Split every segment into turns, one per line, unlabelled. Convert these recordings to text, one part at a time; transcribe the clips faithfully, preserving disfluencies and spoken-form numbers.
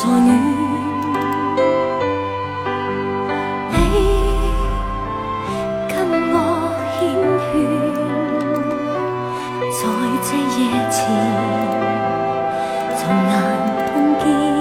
在暖，你跟我缱绻，在这夜前從難碰見。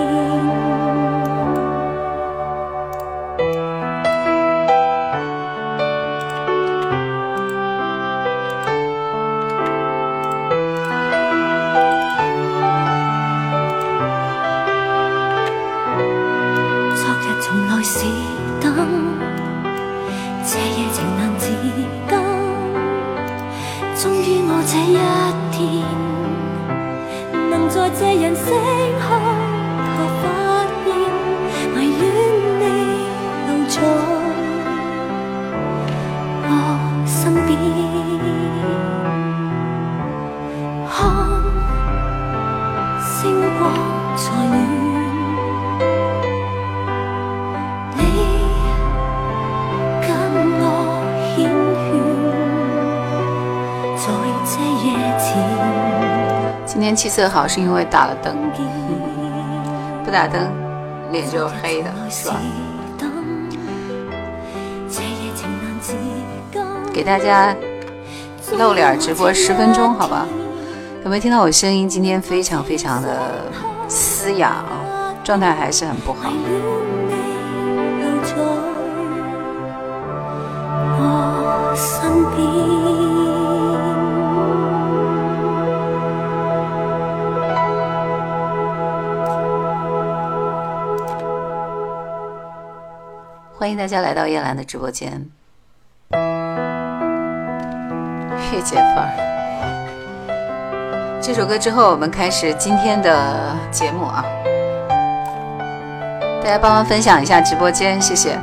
是燈，這夜情難自禁。終於我這一天，能在這人星空後發現，迷戀你留在我身邊。看星光在暖。
今天气色好是因为打了灯，嗯，不打灯脸就黑的，是吧？给大家露脸直播十分钟，好吧？有没有听到我声音？今天非常非常的嘶哑啊，状态还是很不好。我身邊。欢迎大家来到叶兰的直播间。御姐范儿，这首歌之后，我们开始今天的节目啊！大家帮忙分享一下直播间，谢谢。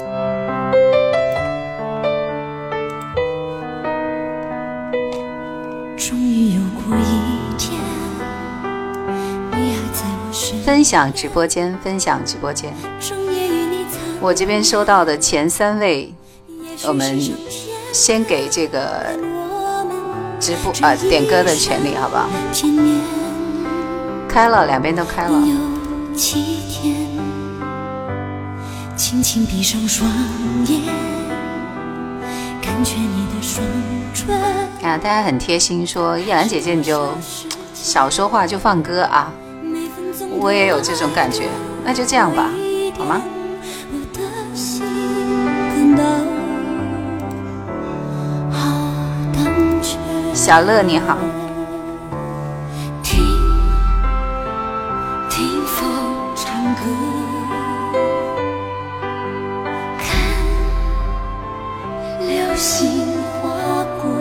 终于有过一天，你还在我身边。
分享直播间，分享直播间。我这边收到的前三位，我们先给这个直播啊、呃、点歌的权利，好不好？开了，两边都开了。轻轻闭上双眼，感觉你的双唇。啊，大家很贴心，说叶兰姐姐你就少说话，就放歌啊。我也有这种感觉，那就这样吧，好吗？小乐你好。听听风唱歌，看流星划过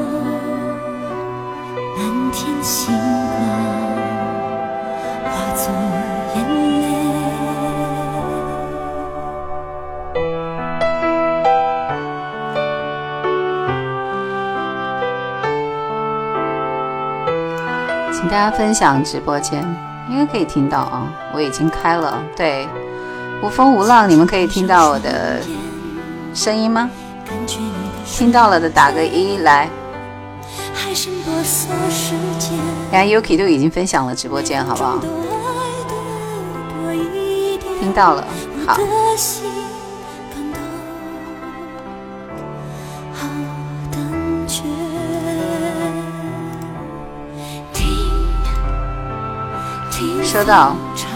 蓝天星光，化作眼泪。请大家分享直播间，应该可以听到啊，我已经开了。对，无风无浪，你们可以听到我的声音吗？听到了的打个一来。然后 Yuki 都已经分享了直播间，好不好？听到了，好。收到，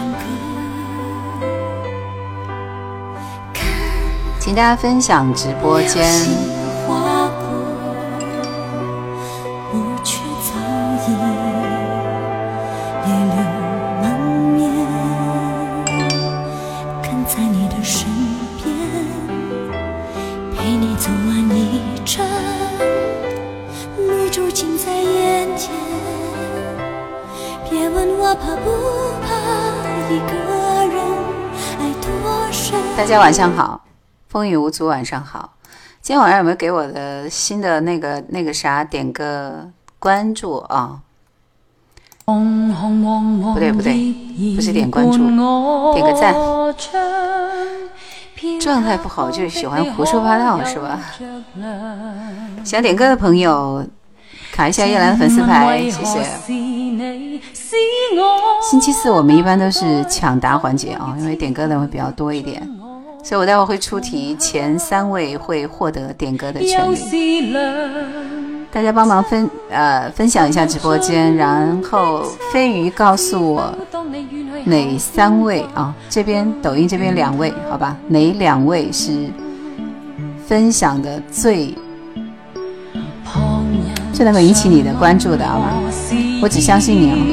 请大家分享直播间。大家晚上好，风雨无阻，晚上好。今天晚上有没有给我的新的那个那个啥点个关注啊？不对不对，不是点关注，点个赞。状态不好就喜欢胡说八道是吧？想点歌的朋友卡一下叶兰粉丝牌，谢谢。 星期四我们一般都是抢答环节啊，因为点歌的人会比较多一点，所以我待会会出题，前三位会获得点歌的权利。大家帮忙分呃分享一下直播间，然后飞鱼告诉我哪三位啊？这边抖音这边两位，好吧？哪两位是分享的最最能够引起你的关注的，好吗？我只相信你啊！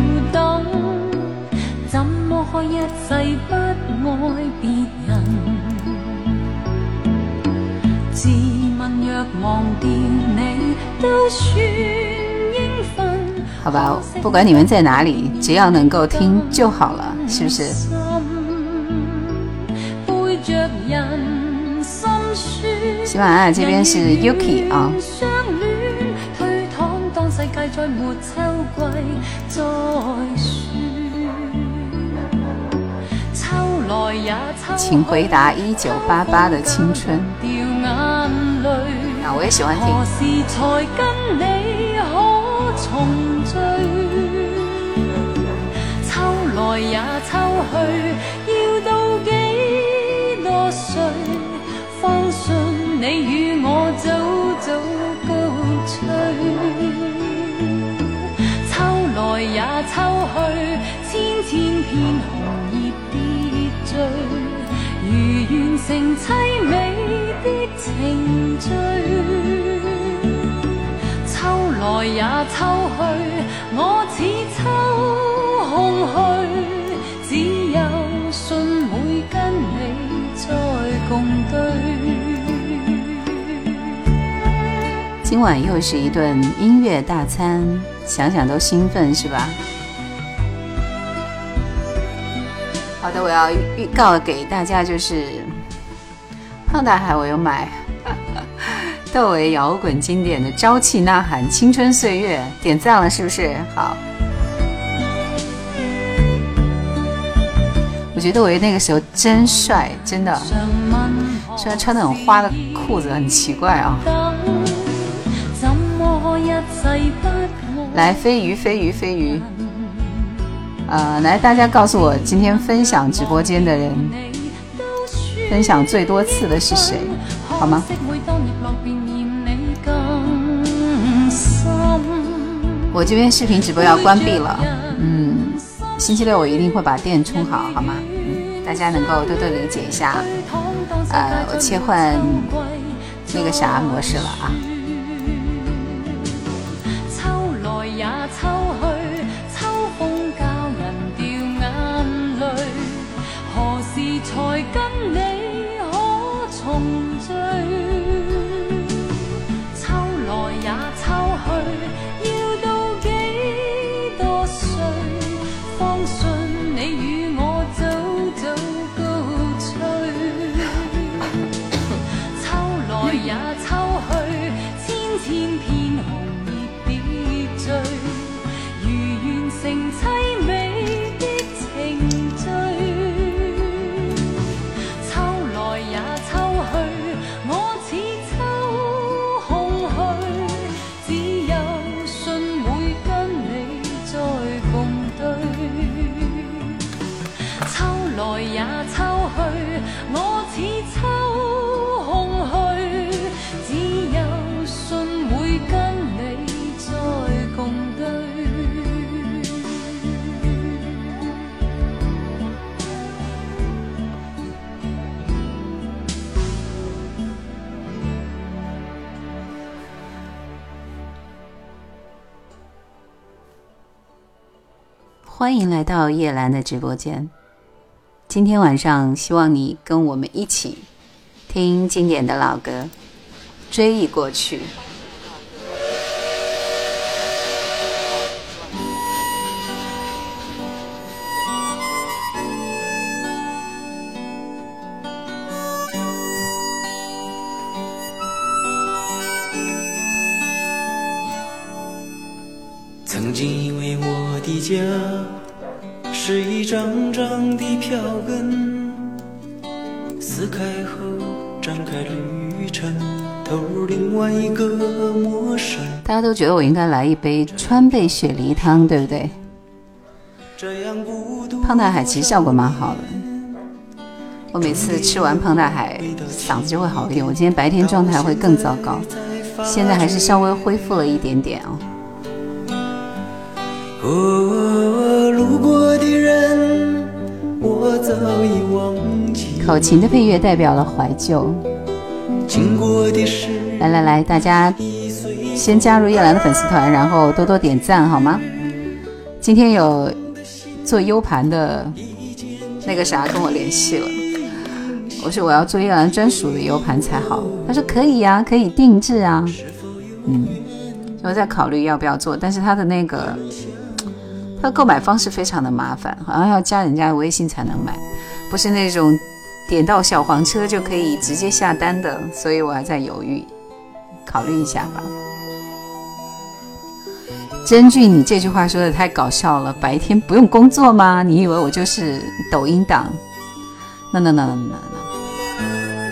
好吧，不管你们在哪里，只要能够听就好了，是不是？喜马拉雅这边是 Yuki 啊。请回答一九八八的青春。啊，我也喜欢听。抽來也抽去，要到幾多歲？放信你與我早早高吹。抽來也抽去，千千片紅葉跌墜，如完成凄美的程序。抽來也抽去，我似抽空虛，只有信會跟你再共對。今晚又是一頓音樂大餐，想想都興奮是吧？好的，我要預告給大家就是胖大海我有買窦唯搖滾經典的朝氣吶喊青春歲月，點讚了是不是？好，我覺得窦唯那個時候真帥，真的，雖然穿那種花的褲子很奇怪啊。來飛魚飛魚飛魚，呃，來大家告訴我今天分享直播間的人分享最多次的是誰，好嗎？我這邊視頻直播要關閉了，嗯，星期六我一定會把電充好，好嗎？嗯，大家能夠多多理解一下，呃，我切換那個啥模式了啊。才跟你可重聚，抽來也抽去，要到幾多歲？放信你與我早早高吹。抽來也抽去，千千片紅葉跌墜，如完成凄美的程序。來也抽去，我似抽空虛，只有信會跟你再共對。歡迎來到葉蘭的直播間。今天晚上希望你跟我們一起聽經典的老歌，追憶過去。
曾經以為我的家是一張張的票根，撕開後展開旅程， 头另外一个陌生。
大家都觉得我应该来一杯川贝雪梨汤，对不对？胖大海其实效果蛮好的，我每次吃完胖大海嗓子就会好一点。我今天白天状态会更糟糕，现在还是稍微恢复了一点点哦。
哦，路过的人我早已忘记。
口琴的配乐代表了怀旧。
经过的事，
来来来，大家先加入叶兰的粉丝团，然后多多点赞好吗？今天有做 U 盘的那个啥跟我联系了，我说我要做叶兰专属的 U 盘才好，他说可以啊，可以定制啊。嗯，我在考虑要不要做，但是他的那个他的购买方式非常的麻烦，好像要加人家的微信才能买，不是那种点到小黄车就可以直接下单的，所以我还在犹豫，考虑一下吧。真俊，你这句话说的太搞笑了，白天不用工作吗？你以为我就是抖音党？那那那那那那，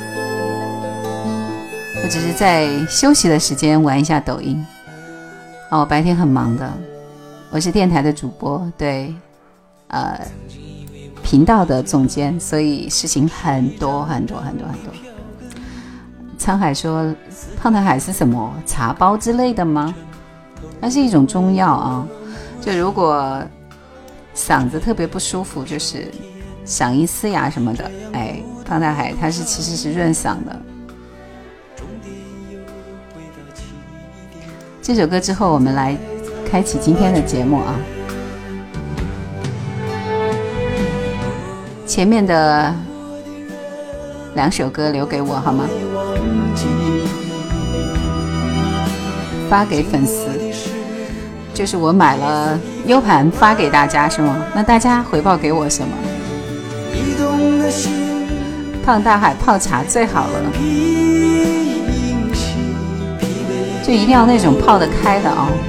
我只是在休息的时间玩一下抖音。哦，我白天很忙的，我是电台的主播，对，呃，频道的总监，所以事情很多很多很多很多。沧海说，胖大海是什么茶包之类的吗？它是一种中药啊，就如果嗓子特别不舒服，就是嗓音嘶哑什么的，哎，胖大海它是其实是润嗓的。这首歌之后，我们来开启今天的节目啊。前面的两首歌留给我好吗？发给粉丝，就是我买了 U 盘发给大家是吗？那大家回报给我什么？胖大海泡茶最好了，就一定要那种泡得开的哦。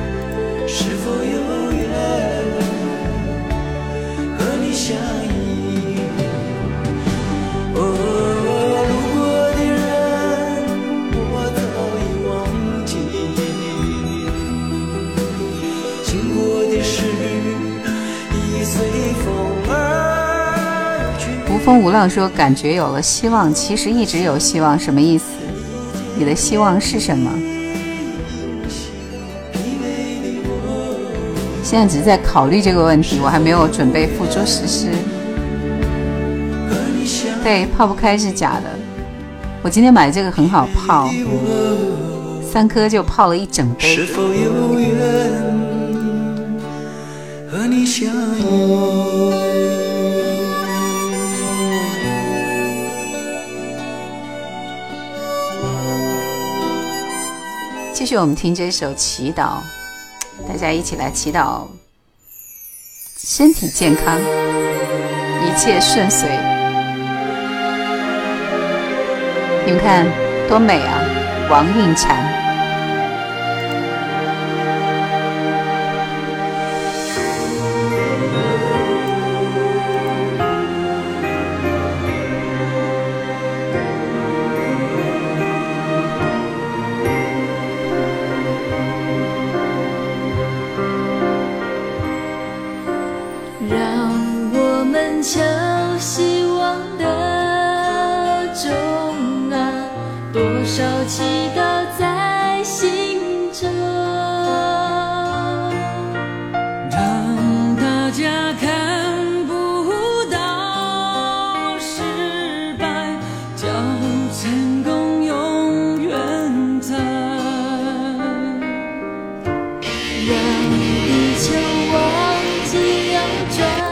无风无浪说感觉有了希望，其实一直有希望，什么意思？你的希望是什么？现在只是在考虑这个问题，我还没有准备付诸实施。对，泡不开是假的。我今天买这个很好泡，三颗就泡了一整杯。是否有缘和你相遇？继续我们听这首祈祷，大家一起来祈祷身体健康，一切顺遂。你们看多美啊，王韵婵。
敲希望的钟啊，多少祈祷在心中，让大家看不到失败，叫成功永远在，让地球忘记要转，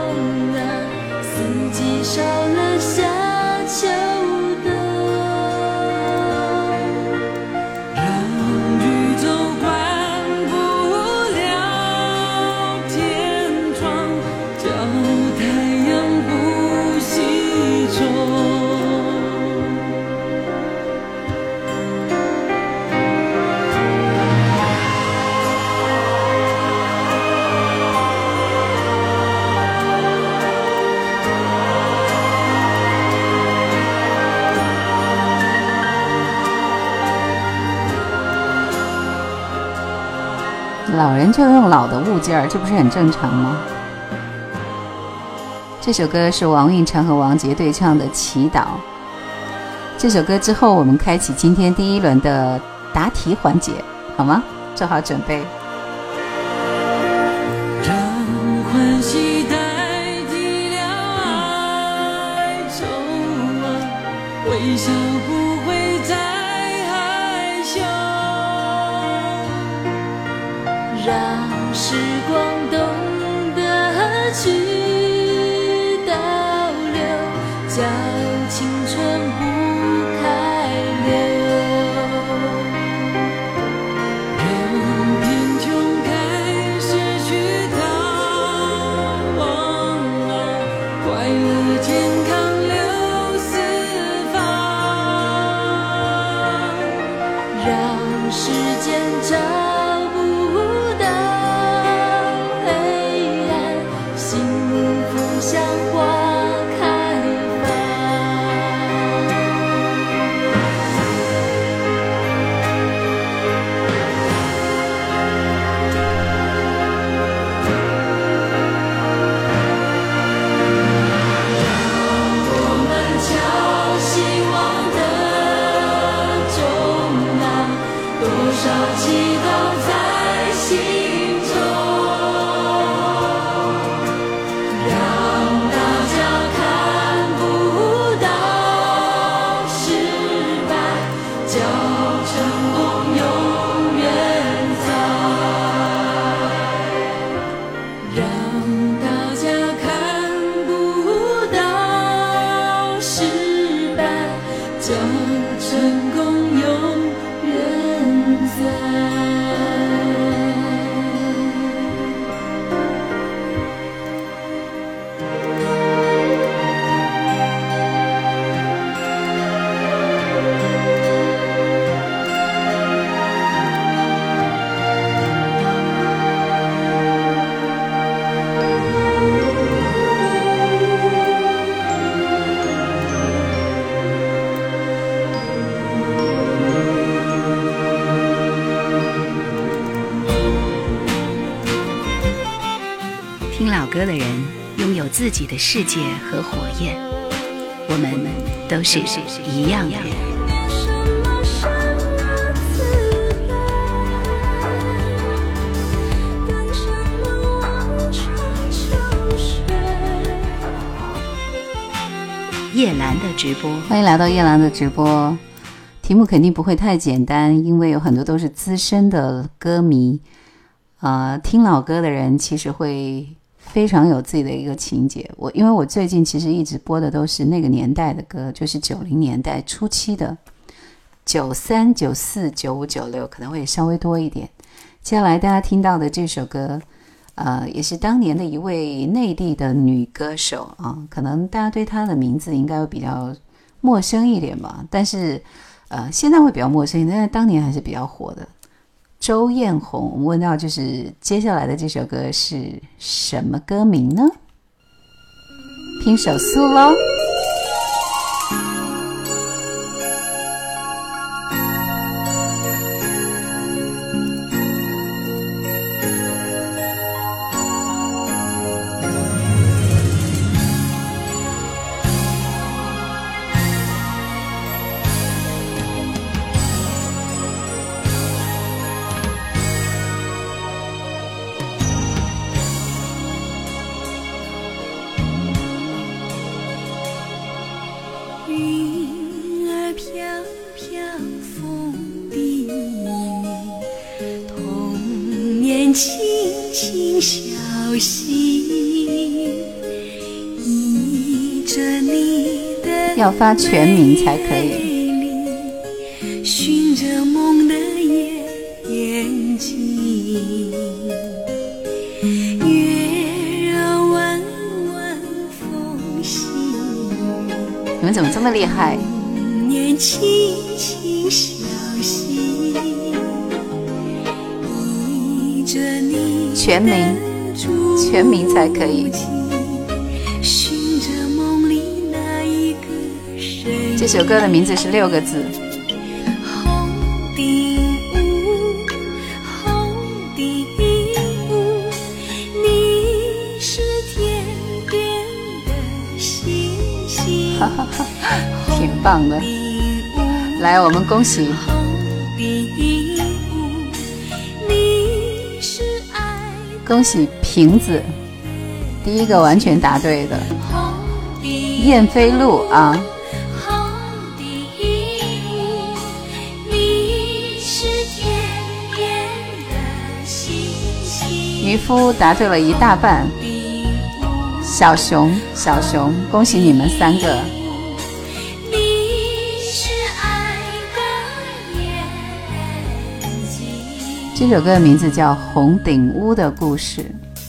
少了夏秋的
老人就用老的物件儿，这不是很正常吗？这首歌是王韵婵和王杰对唱的《祈祷》。这首歌之后，我们开启今天第一轮的答题环节，好吗？做好准备。
让欢喜代替了哀愁啊，微笑不会再害羞，
让时光懂得去倒流，叫青春不开流，
让贫穷开始去逃亡啊，快乐健康流四方，
让时间找不到黑暗，幸福像花开放。我们敲希望的钟啊，多少祈祷在心中，让大家看不到失败，叫成功永远在，让大家看不到失败，叫成功永远在。
听老歌的人拥有自己的世界和火焰，我们都是一样的人。叶兰的直播，欢迎来到叶兰的直播。题目肯定不会太简单，因为有很多都是资深的歌迷，呃，听老歌的人其实会非常有自己的一个情节。我因为我最近其实一直播的都是那个年代的歌，就是九零年代初期的，九三、九四、九五、九六可能会稍微多一点。接下来大家听到的这首歌，呃，也是当年的一位内地的女歌手啊，可能大家对她的名字应该会比较陌生一点吧，但是呃，现在会比较陌生，但是当年还是比较火的。周艳红，我们问到就是接下来的这首歌是什么歌名呢？拼手速咯。要发全名才可以。
寻着梦的眼睛，月儿弯弯风行。
你们怎么这么厉害？
年轻轻小溪，依着你
全名，全名才可以。这首歌的名字是六个字。
红顶雾，红顶
挺棒的。来，我们恭喜恭喜瓶子，第一个完全答对的燕飞路啊。渔夫答对了一大半，小熊小熊，恭喜你们三个。这首歌的名字叫《红顶屋的故事》。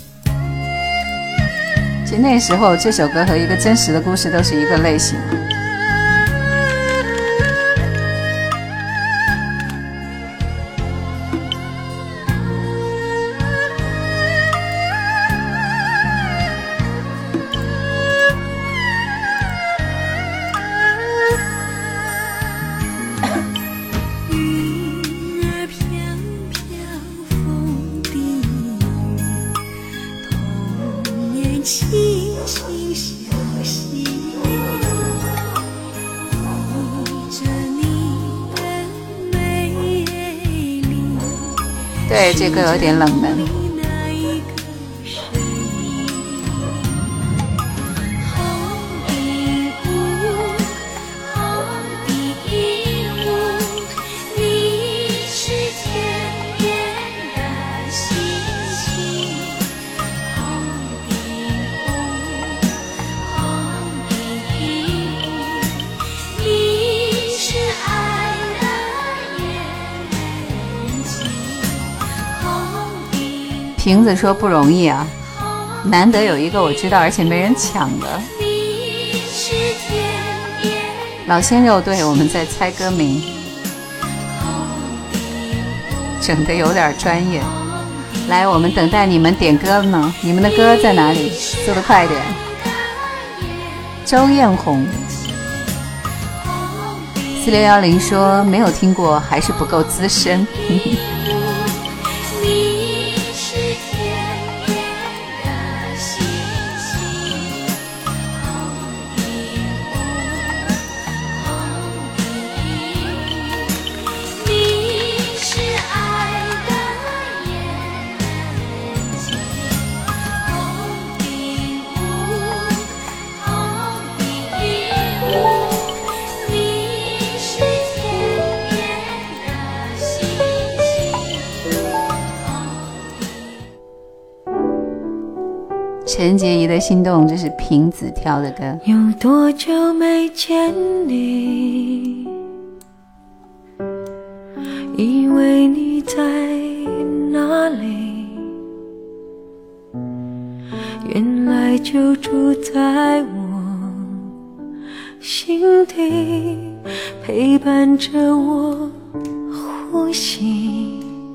其实那时候这首歌和一个真实的故事都是一个类型。对，这个有点冷门。瓶子说不容易啊，难得有一个我知道而且没人抢的。老鲜肉，对，我们在猜歌名，整得有点专业。来，我们等待你们点歌呢，你们的歌在哪里？速度快一点。周艳红四六一零说没有听过，还是不够资深。陈洁仪的心动，这是瓶子挑的歌。
有多久没见你，以为你在哪里，原来就住在我心底，陪伴着我呼吸。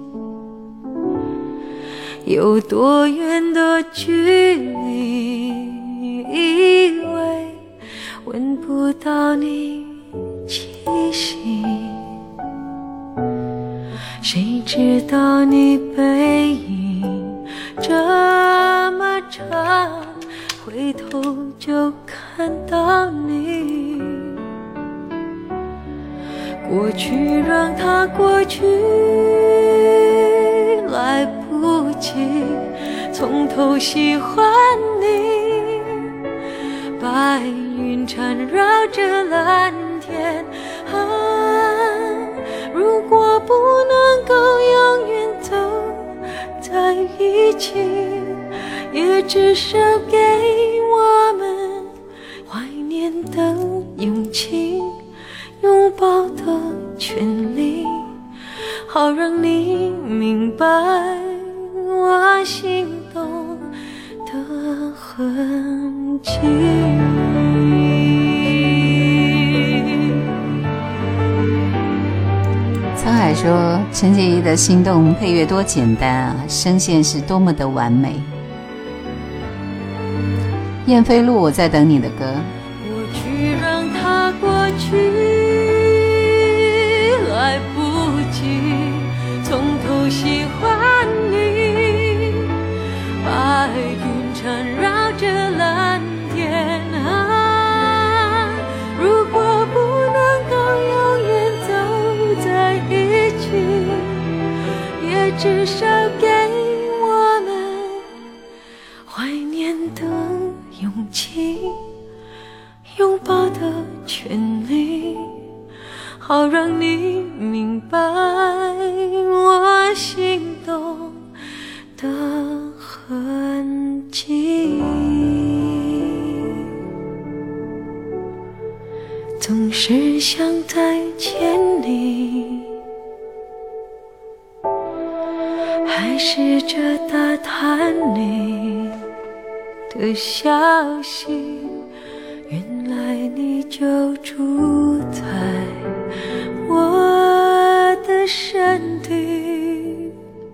有多远的距离，以为闻不到你气息，谁知道你背影这么长，回头就看到你。过去让它过去，来不及从头喜欢你。白云缠绕着蓝天啊，如果不能够永远走在一起，也至少给我们怀念的勇气，拥抱的权利，好让你明白我心动的痕迹。
沧海说陈洁仪的心动配乐多简单啊，声线是多么的完美。燕飞路，我在等你的歌。
过去让它过去，来不及从头喜欢你。白云缠绕着蓝天啊，
至少给我们怀念的勇气，拥抱的权利，好让你明白我心动的痕迹。总是想再见你，还试着打探你的消息，原来你就住在我的身体，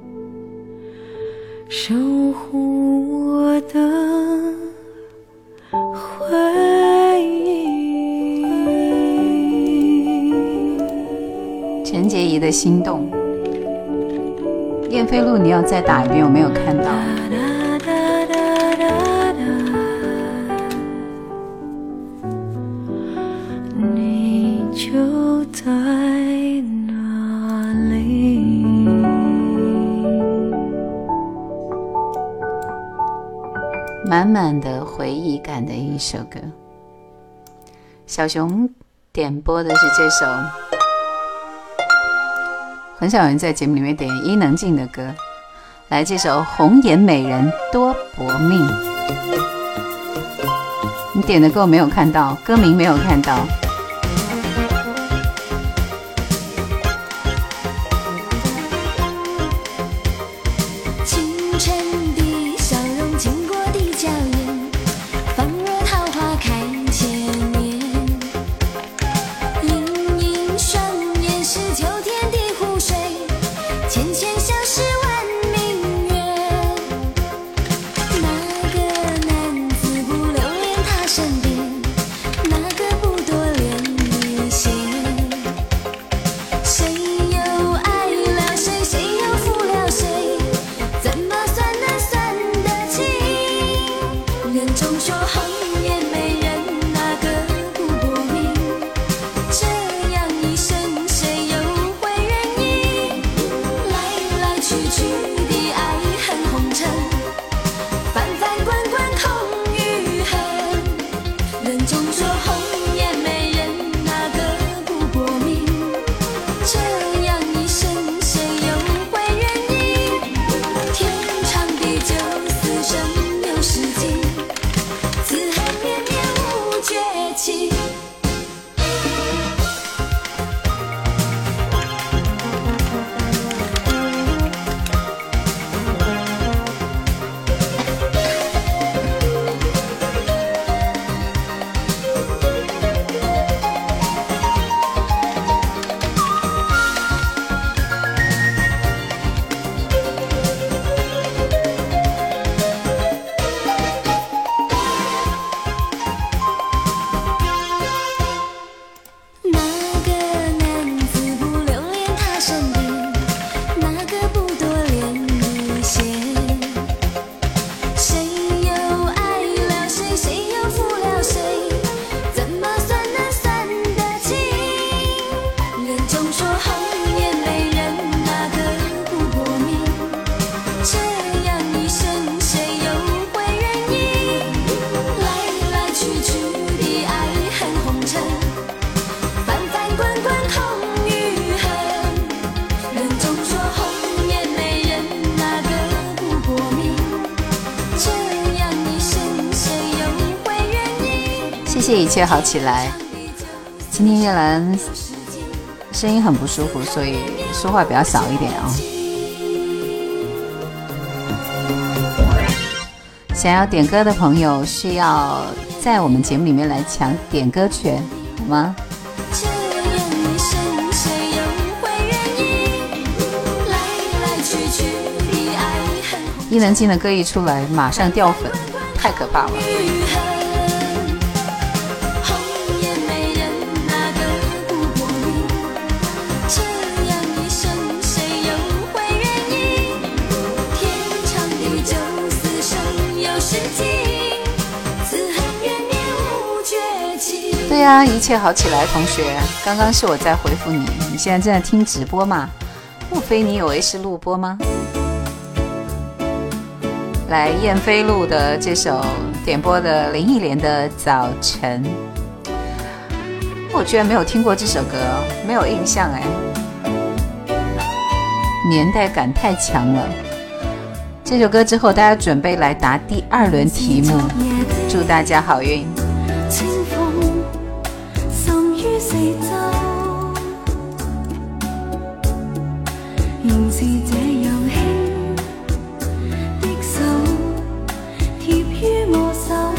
守护我的回忆。
陈洁仪的心动，燕飞路你要再打一遍，我没有看到。
你就在哪里？
满满的回忆感的一首歌。小熊点播的是这首，很少有人在节目里面点伊能静的歌，来这首《红颜美人多薄命》。你点的歌我没有看到，歌名没有看到。谢谢一切好起来。今天叶兰声音很不舒服，所以说话比较少一点啊、哦。想要点歌的朋友需要在我们节目里面来抢点歌权，好吗？伊能静的歌一出来，马上掉粉，太可怕了。对啊，一切好起来，同学。刚刚是我在回复你，你现在正在听直播嘛？ 莫非你以为是录播吗？来，燕飞路的这首点播的林忆莲的《早晨》，我居然没有听过这首歌，没有印象哎，年代感太强了。这首歌之后，大家准备来答第二轮题目，祝大家好运。
清風滲於四周，仍是這樣輕的手貼於我手，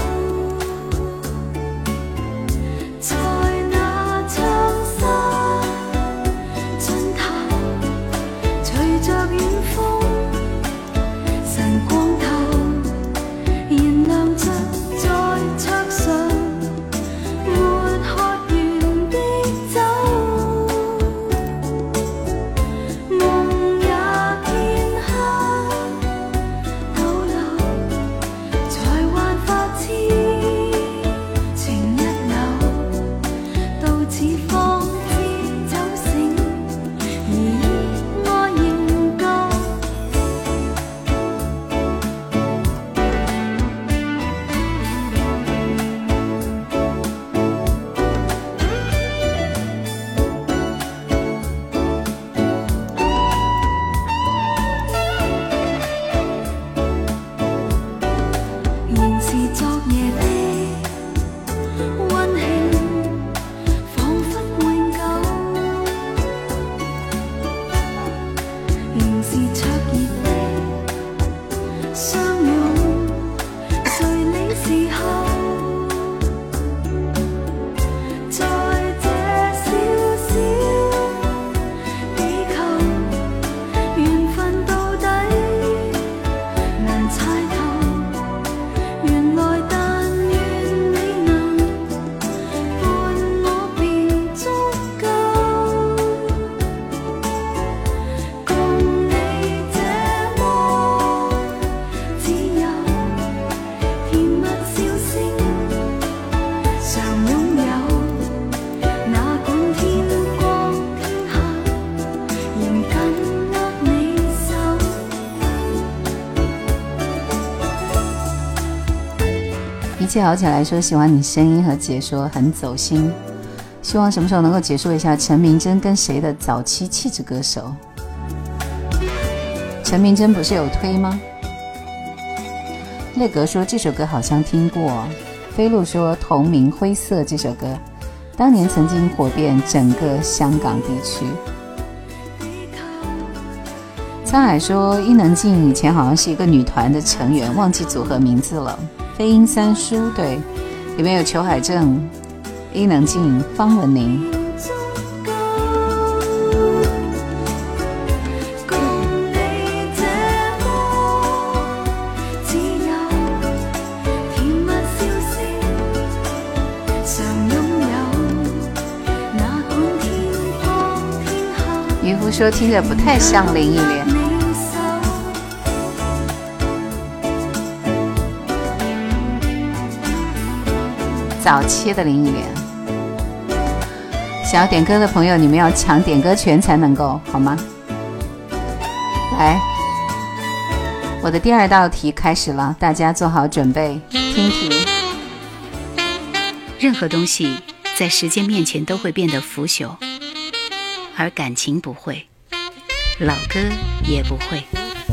在那窗紗盡頭，隨着遠風晨光透，燃亮着在桌上沒喝完的酒，夢也片刻逗留，才幻化痴情一縷，到此方知酒醒，而愛仍舊。仍是昨夜的溫馨，彷彿永久，仍是灼熱的相擁，誰理時候，在這小小地球，緣分到底難猜透。原來但願你能伴我便足夠，共你這麼自由，甜蜜笑聲常擁有，哪管天光天黑，仍緊握你手。
一切好起来说喜欢你声音和解说很走心，希望什么时候能够解说一下陈明真跟谁的早期气质歌手。陈明真不是有推吗？泪格说这首歌好像听过，飞鹿说同名灰色这首歌当年曾经火遍整个香港地区。沧海说伊能静以前好像是一个女团的成员，忘记组合名字了。飞鹰三叔，对，里面有裘海正、伊能静、方文宁。渔夫说听着不太像林忆莲。早期的林忆莲，想要点歌的朋友，你们要抢点歌权才能够，好吗？来，我的第二道题开始了，大家做好准备，听题。
任何东西在时间面前都会变得腐朽，而感情不会，老歌也不会。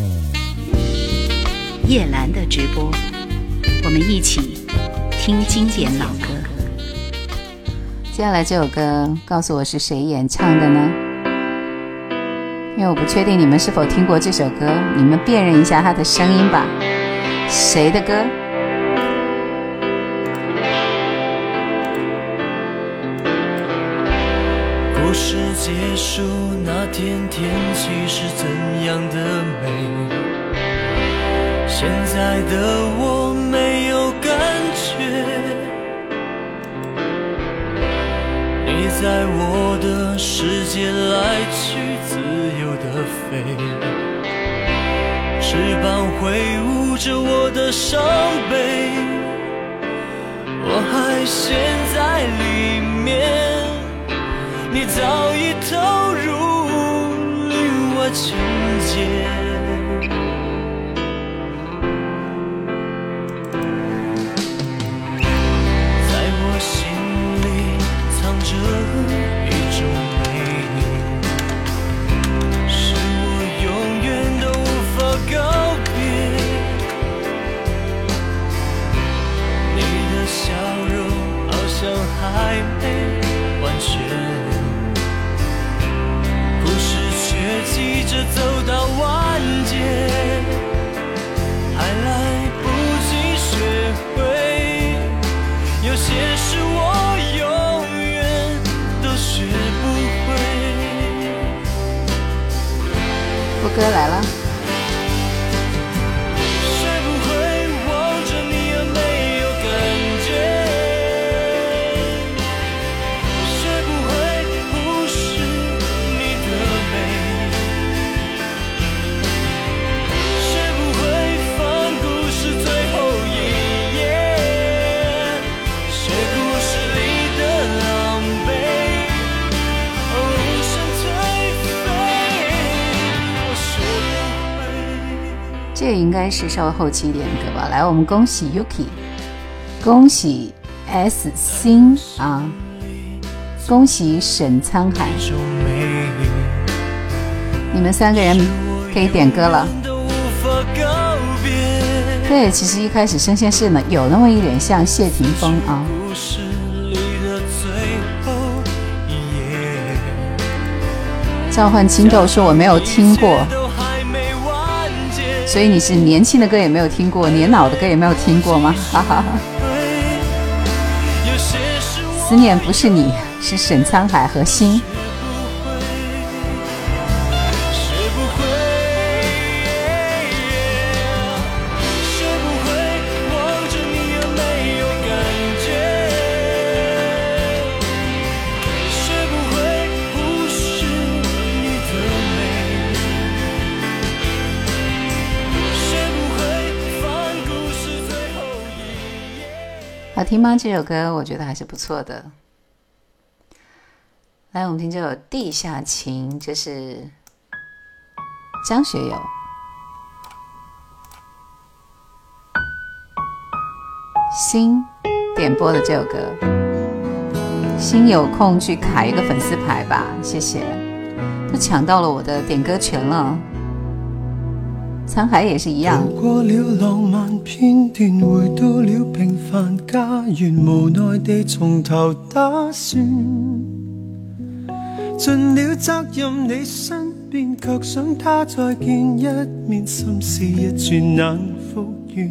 叶兰的直播，我们一起听经典老歌。
接下来这首歌告诉我是谁演唱的呢？因为我不确定你们是否听过这首歌，你们辨认一下他的声音吧。谁的歌？
故事结束那天，天气是怎样的美？现在的我没有感觉，你在我的世界来去自由的飞，翅膀挥舞着我的伤悲，我还陷在里面，你早已投入另外的情节。在我心里藏着一种美，是我永远都无法告别。你的笑容好像还没完全，故事却急着走到完结，还来不及学会，有些事我永远都学不会。
副歌来了。这应该是稍微后期一点的歌吧。来，我们恭喜 Yuki， 恭喜 S 星啊，恭喜沈沧海，你们三个人可以点歌了。对，其实一开始声线是呢有那么一点像谢霆锋啊。召唤青豆说我没有听过，所以你是年轻的歌也没有听过，年老的歌也没有听过吗？哈哈哈。思念不是你，是沈沧海和心。好听吗？这首歌我觉得还是不错的。来，我们听这首《地下情》，这是张学友。心点播的这首歌，心有空去卡一个粉丝牌吧，谢谢。都抢到了我的点歌权了。沧海也是一样。
走過了浪漫片段，回到了平凡家園，無奈地從頭打算，盡了責任你身邊，卻想他再見一面，心思一轉難復原。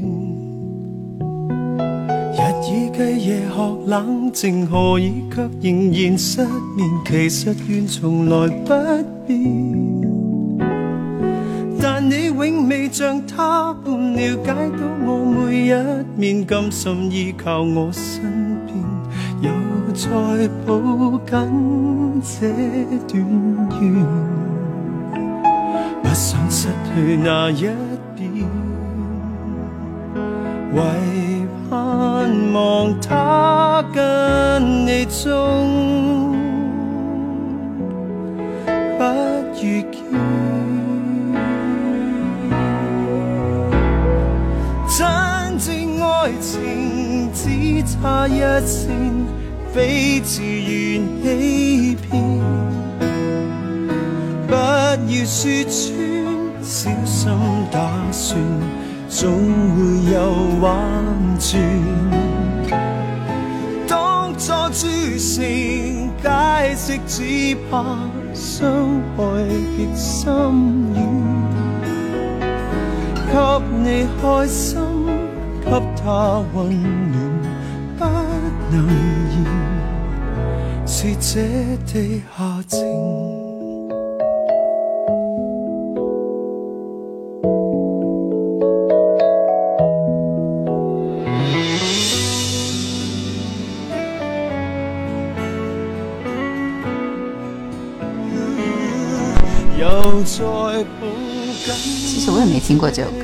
日以繼夜學冷靜，何以卻仍然失眠？其實願從來不變。但你永未像他般了解到我每一面，甘心依靠我身邊，又再抱緊這段緣，不想失去那一邊，為盼望他跟你終不遇見。真正愛情只差一線，非自願欺騙。不要說穿，小心打算，總會有彎轉。當初諸情解釋，只怕傷害別心軟。給你開心，給他溫暖，不能言，是這地下情。又再抱緊。
其实我也没听过这首歌。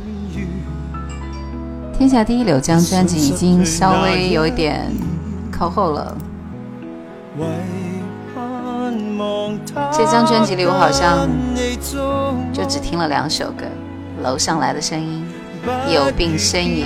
天下第一柳江专辑已经稍微有一点靠后了。 这张专辑里我好像就只听了两首歌，楼上来的声音，有病呻吟。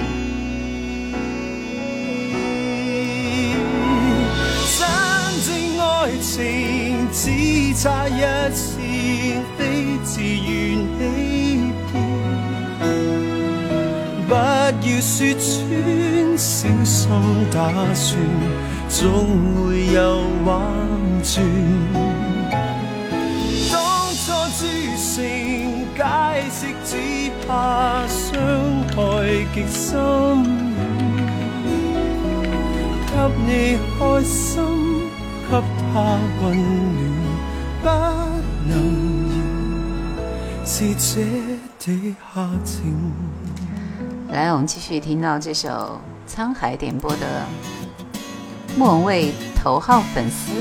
真正愛情只差一線，非自願欺騙，不要說穿，小心打算，總會有彎轉。當初諸成解釋，只怕傷害極深，給你開心，給他溫暖，不能言，是這地下情。
来，我们继续听到这首沧海点播的莫文蔚头号粉丝。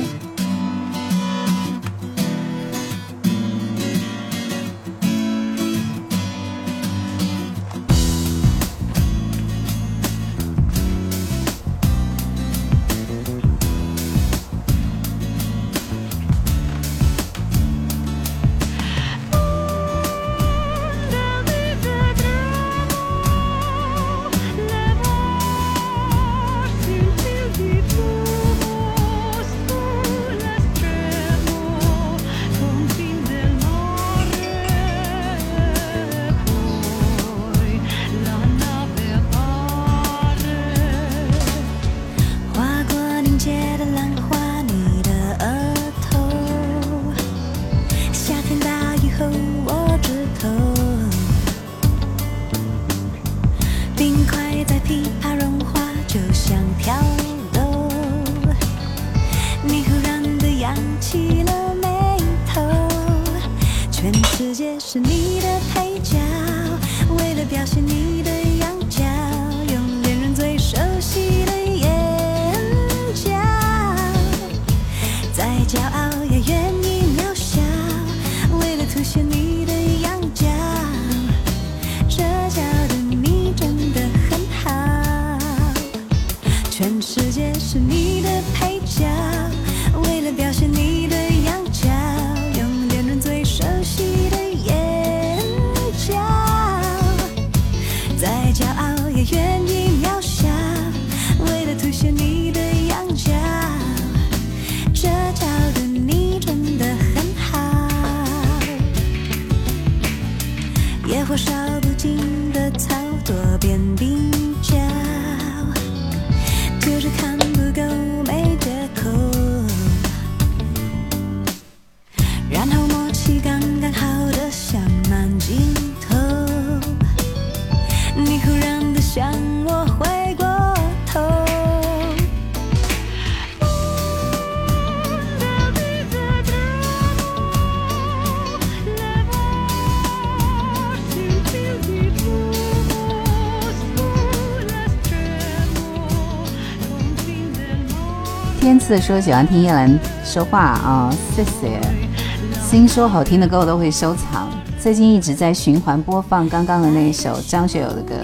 天赐说喜欢听叶兰说话啊、哦，谢谢。心说好听的歌我都会收藏，最近一直在循环播放刚刚的那一首张学友的歌，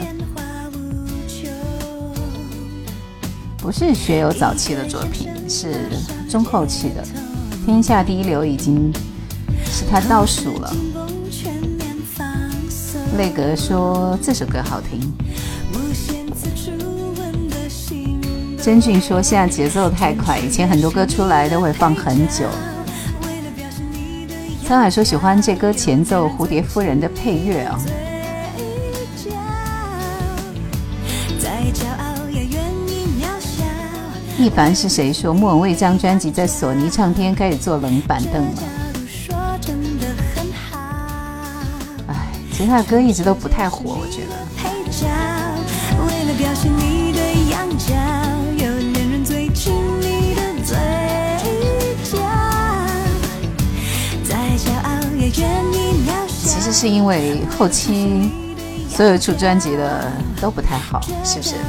不是学友早期的作品，是中后期的。天下第一流已经是他倒数了。泪格说这首歌好听。真俊说现在节奏太快，以前很多歌出来都会放很久。沧海说喜欢这歌前奏蝴蝶夫人的配乐啊、哦。一凡是谁说莫文蔚这张专辑在索尼唱片开始做冷板凳了？哎，其实他的歌一直都不太火，我觉得。为了表现你的样角，有恋人最亲密的嘴角，再骄傲也愿意渺小。其实是因为后期所有出专辑的都不太好，是不是？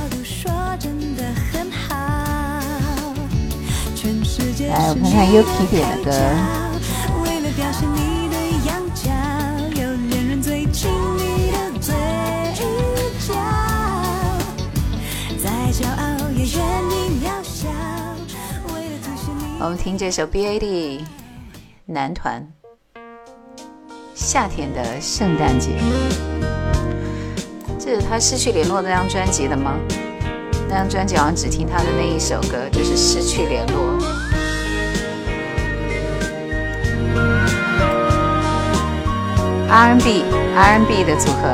来，我看看 Yuki 点的歌。为了表现你的样角，有恋人最亲密的嘴角，再骄傲也愿意渺小。为了凸显你。我们听这首 B A D 男团，夏天的圣诞节。这是他失去联络那张专辑的吗？那张专辑好像只听他的那一首歌，就是失去联络。R and B R and B 的组合。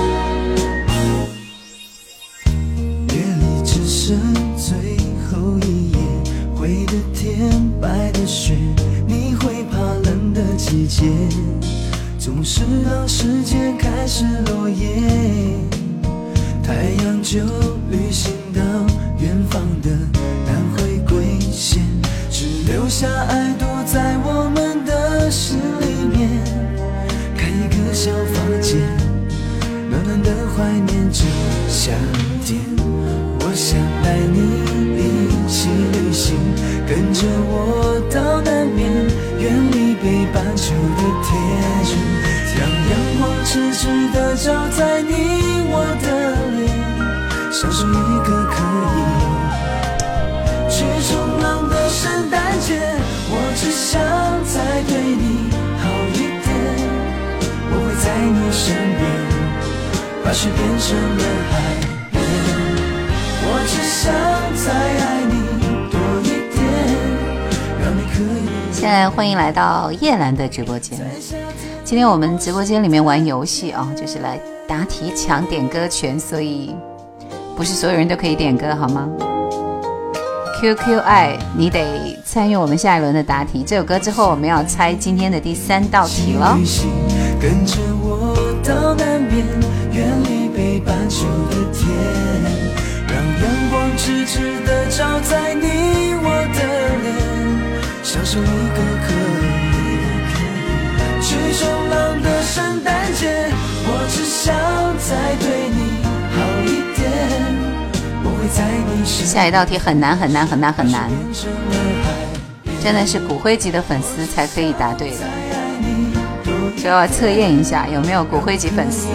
夜里只剩最后一页，灰的天，白的雪，你会怕冷的季节，总是让时间开始落叶，太阳就旅行到远方的南回归线，只留下爱躲在我们的心里面，开一个小房间，暖暖的怀念着夏天。我想带你一起旅行，跟着我到南边，远离北半球的天，让阳光直直地照在你我的脸，享受一个可以去冲浪的圣诞节。我只想再对你好一点，我会在你身边，把雪变成了海边。我只想再爱你多一点，让你可以。
现在欢迎来到叶兰的直播间。今天我们直播间里面玩游戏啊，就是来答题抢点歌权，所以不是所有人都可以点歌，好吗 ？Q Q I， 你得参与我们下一轮的答题。这首歌之后，我们要猜今天的第三道题了。
跟着我到南边，远离北半球的天，让阳光直直地照在你我的脸，享受一个可以去冲浪的圣诞节。我只想再对你好一点，我会在你身边。
下一道题很难很难很难很难，真的是骨灰级的粉丝才可以答对的。所以我要测验一下有没有骨灰级粉丝。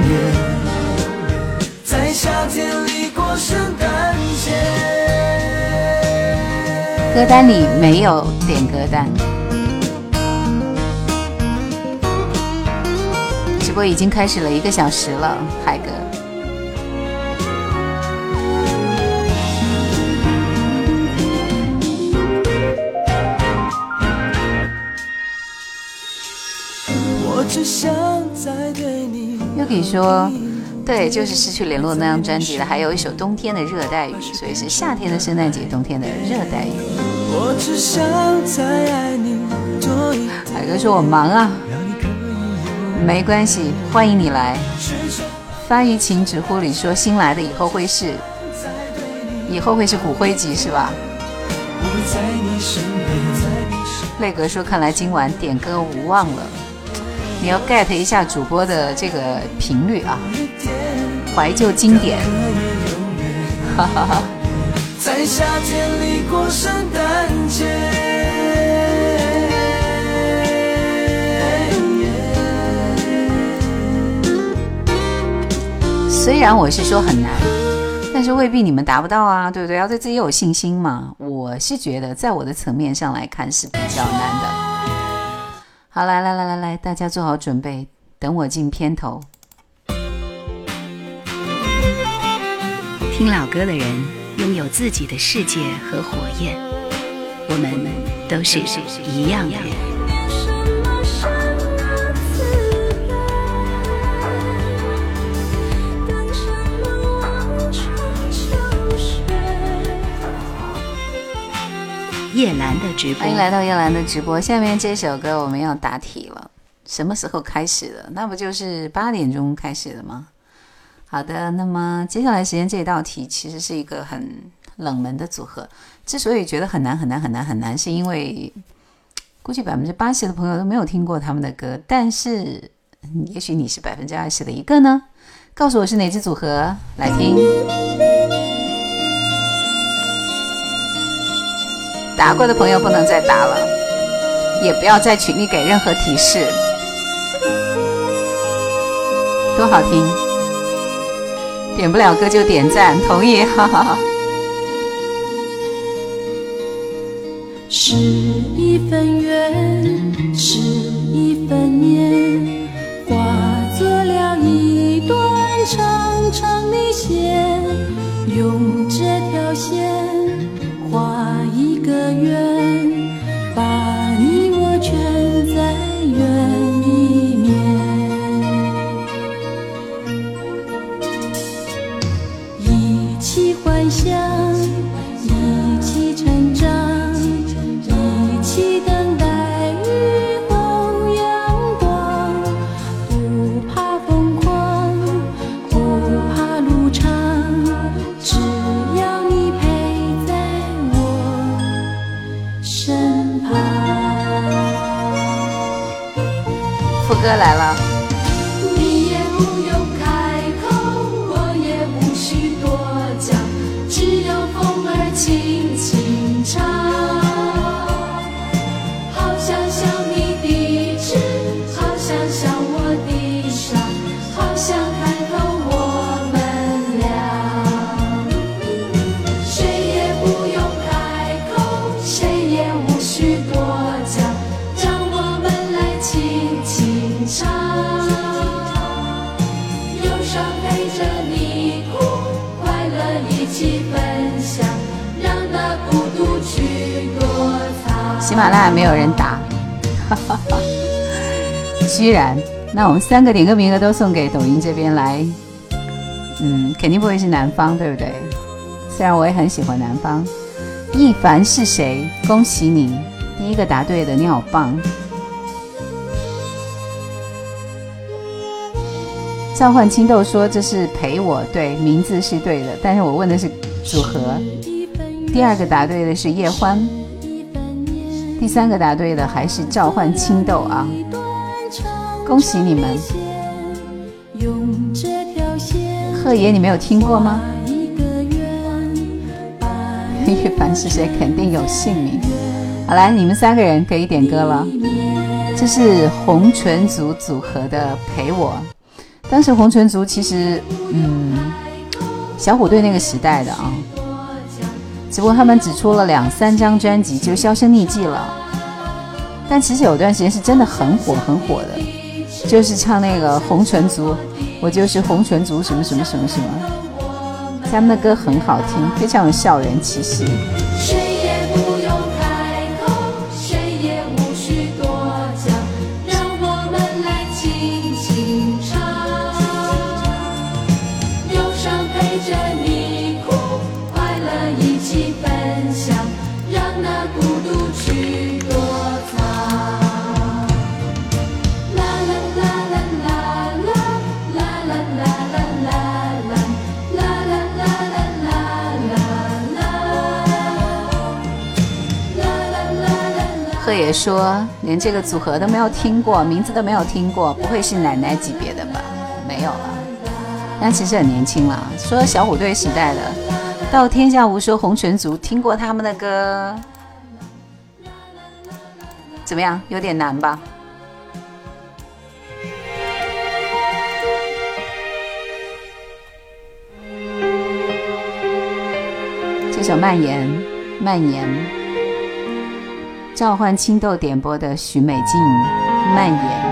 在夏天里过圣诞节。
歌单里没有点歌单。直播已经开始了一个小时了，海哥。
我只想再对你。
又可以说，对，就是失去联络那张专辑的，还有一首《冬天的热带雨》，所以是夏天的圣诞节，冬天的热带雨。
我只想再爱你多一点。
海哥说我忙啊，没关系，欢迎你来。发于情直呼里说新来的以后会是，以后会是骨灰级是吧？泪哥说看来今晚点歌无望了。你要 get 一下主播的这个频率啊，怀旧经典。哈哈哈。
在夏天里过圣诞节。
虽然我是说很难，但是未必你们达不到啊，对不对？要对自己有信心嘛。我是觉得在我的层面上来看是比较难的。好，来来来来来，大家做好准备，等我进片头。
听老歌的人拥有自己的世界和火焰，我们都是一样的人。叶兰的直播，
欢迎来到叶兰的直播。下面这首歌我们要答题了，什么时候开始的？那不就是八点钟开始的吗？好的，那么接下来时间这道题其实是一个很冷门的组合。之所以觉得很难很难很难很难，是因为估计百分之八十的朋友都没有听过他们的歌，但是也许你是百分之二十的一个呢？告诉我是哪支组合，来听。答过的朋友不能再答了，也不要在群里给任何提示。多好听，点不了歌就点赞，同意，哈哈哈。
是一份缘，是一份念，化作了一段长长的线，用这条线画一个圆，把你我圈在圆里面，一起幻想，一起成长，一起等待雨后阳光，不怕疯狂，不怕路长，只要你陪在我身旁。
副歌来了。
你也不用开口，我也无需多讲，只有风儿轻轻唱。好想想你的痴，好想想我的傻，好想看透我们俩。谁也不用开口，谁也无需多讲，让我们来轻轻唱。忧伤陪着你哭，快乐一起分享，让那孤独去躲藏。
喜马拉雅没有人打，哈哈哈。居然，那我们三个点歌名额都送给抖音这边来。嗯，肯定不会是南方，对不对？虽然我也很喜欢南方。一凡是谁？恭喜你，第一个答对的，你好棒。召唤青豆说这是陪我，对，名字是对的，但是我问的是组合。第二个答对的是叶欢，第三个答对的还是召唤青豆啊！恭喜你们！贺爷，你没有听过吗？一凡是谁？肯定有姓名。好，来，你们三个人可以点歌了。这是红唇族组合的《陪我》。当时红唇族其实，嗯，小虎队那个时代的啊，只不过他们只出了两三张专辑就销声匿迹了。但其实有段时间是真的很火很火的，就是唱那个红唇族，我就是红唇族什么什么什么什么，他们的歌很好听，非常有校园气息。
谁也不用开口，谁也无需多讲，让我们来轻轻唱。忧伤陪着你哭，快乐一起分享，让那孤独去躲藏。啦啦啦啦啦啦啦啦啦啦啦啦啦啦啦啦。
贺爷说连这个组合都没有听过，名字都没有听过，不会是奶奶级别的吧？没有了，但其实很年轻了。说小虎队时代的，到天下无说红唇族，听过他们的歌，怎么样？有点难吧？这首蔓延蔓延，召唤青豆点播的许美静蔓延。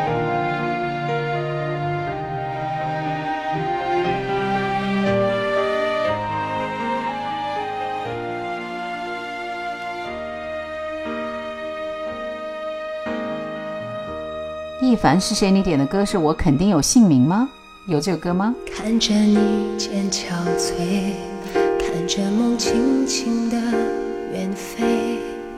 一凡是谁？你点的歌是我肯定有姓名吗？有这个歌吗？
看着你渐憔悴，看着梦轻轻地远飞，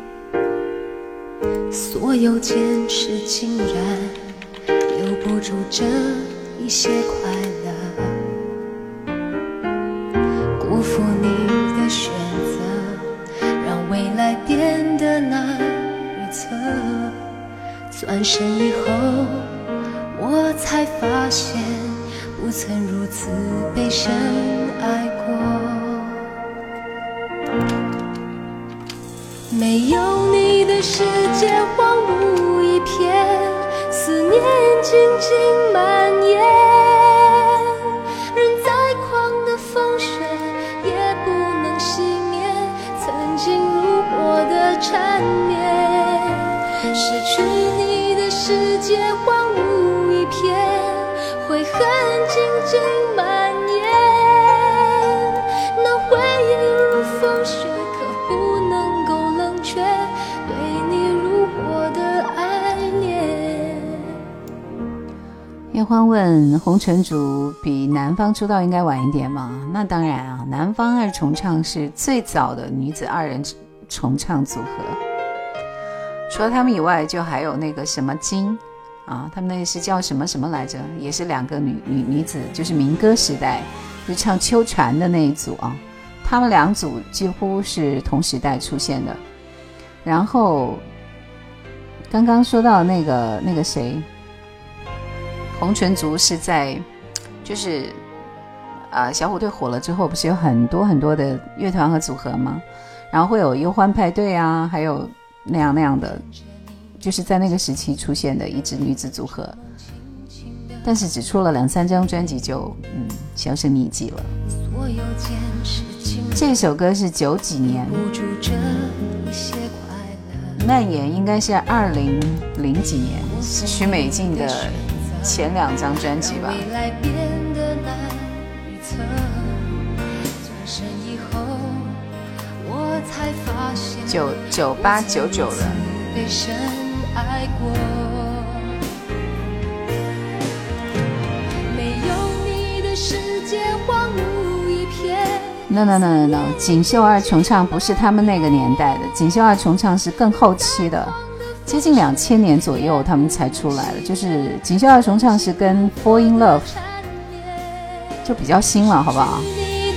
所有坚持竟然留不住这一些快乐，辜负你的选择，让未来变得难预测。转身以后，我才发现不曾如此被深爱过。没有你的世界荒芜一片，思念静静蔓延，人再狂的风声也不能熄灭曾经如果的缠世界荒芜一片，悔恨静静蔓延，那回忆如风雪，可不能够冷却对你如火的爱恋。
叶欢问红尘族比南方出道应该晚一点吗？那当然啊，南方二重唱是最早的女子二人重唱组合，除了他们以外就还有那个什么金啊，他们那是叫什么什么来着，也是两个女女女子，就是民歌时代就唱秋蝉的那一组啊，他们两组几乎是同时代出现的。然后刚刚说到那个那个谁，红唇族是在就是呃小虎队火了之后，不是有很多很多的乐团和组合吗？然后会有忧欢派对啊，还有那样那样的，就是在那个时期出现的一支女子组合，但是只出了两三张专辑就嗯销声匿迹了。这首歌是九几年，蔓延应该是二零零几年，是许美静的前两张专辑吧。九九八九九的。No no no no no， 锦绣二重唱不是他们那个年代的，锦绣二重唱是更后期的，接近两千年左右他们才出来了。就是锦绣二重唱是跟 Fall in Love 就比较新了，好不好？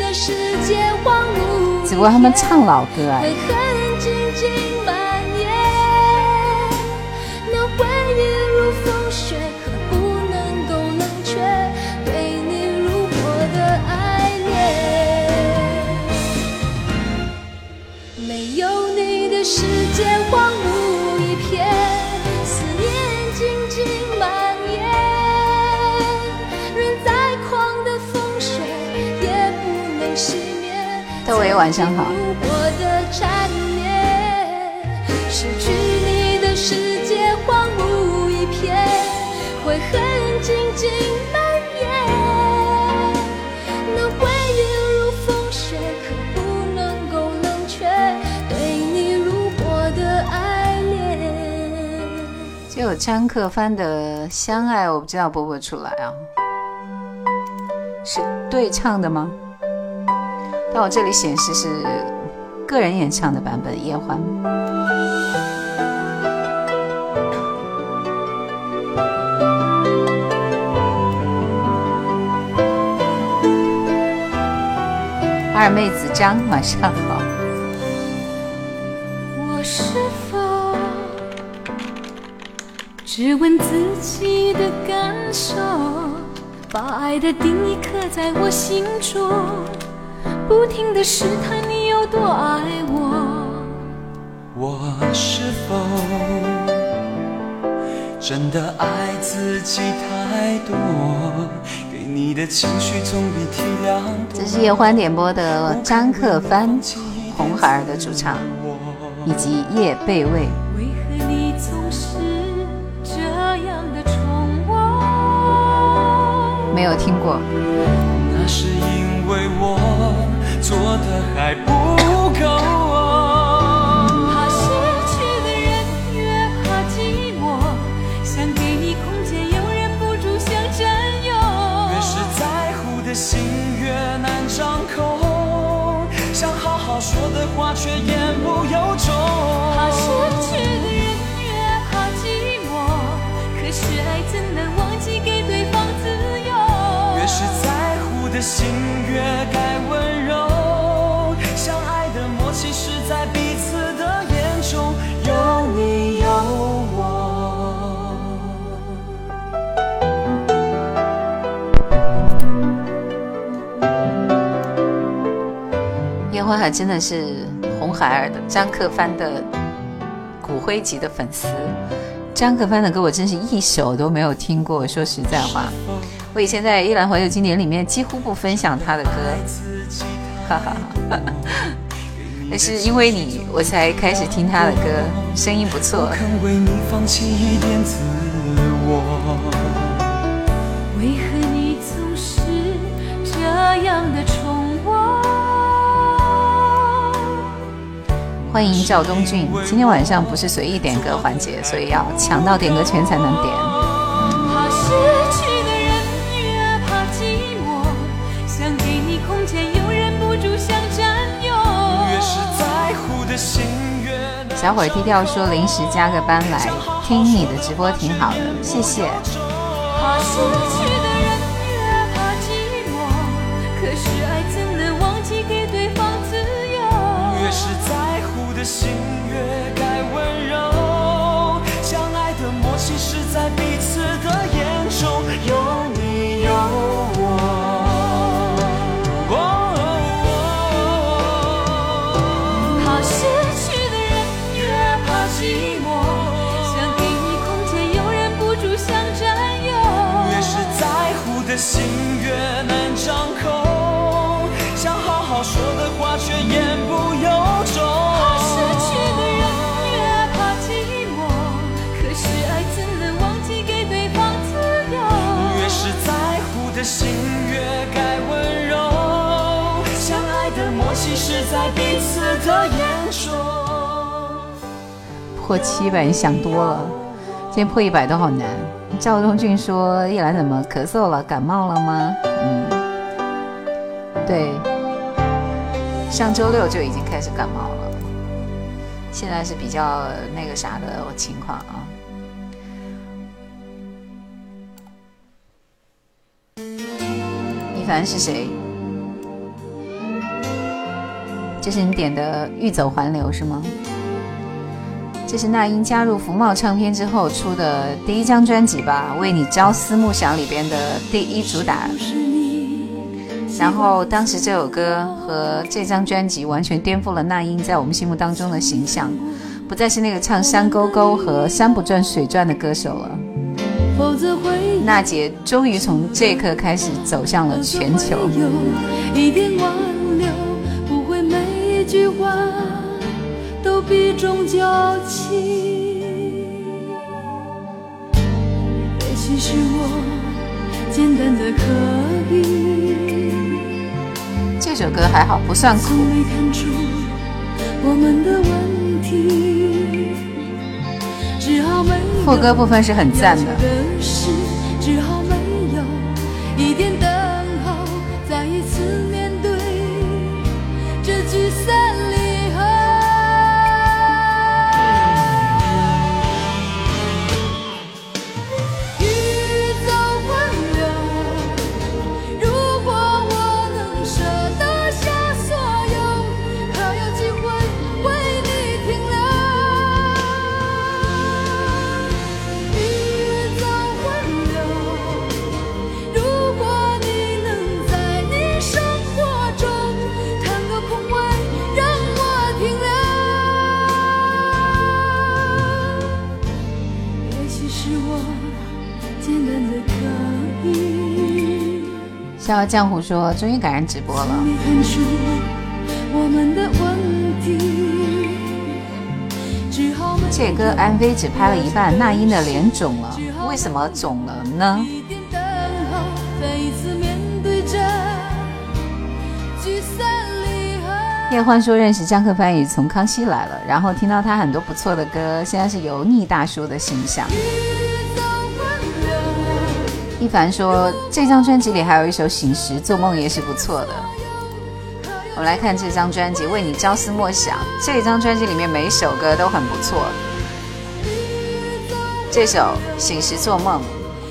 只不过他们唱老歌而已。
世界荒芜一片，思念静静蔓延，人再狂的风水也不能熄灭。
各位晚上好。
我的缠绵，失去你的世界荒芜一片，悔恨静静蔓延，那回忆如风雪，可不能够冷却对你的爱恋。
就有张克帆的《相爱》，我不知道播不出来啊，是对唱的吗？但我这里显示是个人演唱的版本，叶欢。二妹子张，晚上好。
是否只问自己的感受，把爱的定义刻在我心中，不停地试探你有多爱我。
我是否真的爱自己太多，给你的情绪总比体谅多。
这是叶欢点播的张克帆红孩儿的主唱以及叶贝卫。
为何你总是这样的宠我？
没有听过。
那是因为我做的还不够。
怕失去的人越怕寂寞，想给你空间又忍不住想占有。
越是在乎的心越难张口，想好好说的话却言不由衷。
怕失去的人越怕寂寞，可是爱怎能忘记给对方自由？
越是在乎的心越该温柔，相爱的默契是在彼此的眼中有你有我。
叶欢还真的是红孩儿的张克帆的骨灰级的粉丝。张克帆的歌我真是一首都没有听过，说实在话，我以前在夜兰怀旧经典里面几乎不分享他的歌，哈哈哈。但是因为你我才开始听他的歌，声音不错。
我肯为你放弃一点自
欢迎赵东俊。今天晚上不是随意点歌环节，所以要抢到点歌权才能点。
怕失去的人越怕寂寞，想给你空间又忍不住想占有，越是在乎的心越
小伙儿低调说临时加个班来听你的直播挺好的，谢谢。
怕失去的人越怕寂寞，可是爱怎能忘记给对方自由，
越是在乎的心越该温柔，相爱的默契是在彼此的眼中，有你有我、哦
哦、怕失去的人越怕寂寞，想给你空间又忍不住想占有，
越是在乎的心越难张口，想好好说的话却言不由衷，
怕失去的人越怕寂寞，可是爱怎能忘记给对方自由，
越是在乎的心越该温柔，相爱的默契是在彼此的眼中。
破七百你想多了，今天破一百都好难。赵东俊说叶兰怎么咳嗽了，感冒了吗？嗯，对，上周六就已经开始感冒了，现在是比较那个啥的情况啊。一凡是谁？这是你点的《欲走还留》是吗？这是那英加入福茂唱片之后出的第一张专辑吧，为你朝思暮想里边的第一主打。然后当时这首歌和这张专辑完全颠覆了那英在我们心目当中的形象，不再是那个唱山沟沟和山不转水转的歌手了。娜姐终于从这一刻开始走向了全球。
一点挽留，不会每一句话都避重就轻，也许是我简单的可以，
这首歌还好不算苦，
从没看出我们的问题，只好没有
副歌部分是很赞的，
只好没有一点等候，再一次面对这聚散离合。
逍遥江湖说终于赶上直播了，这歌 M V 只拍了一半，那英的脸肿了，为什么肿了呢？叶欢说认识张克帆也从康熙来了，然后听到他很多不错的歌，现在是油腻大叔的形象。一凡说这张专辑里还有一首醒时做梦也是不错的。我们来看这张专辑为你朝思暮想，这张专辑里面每一首歌都很不错，这首醒时做梦，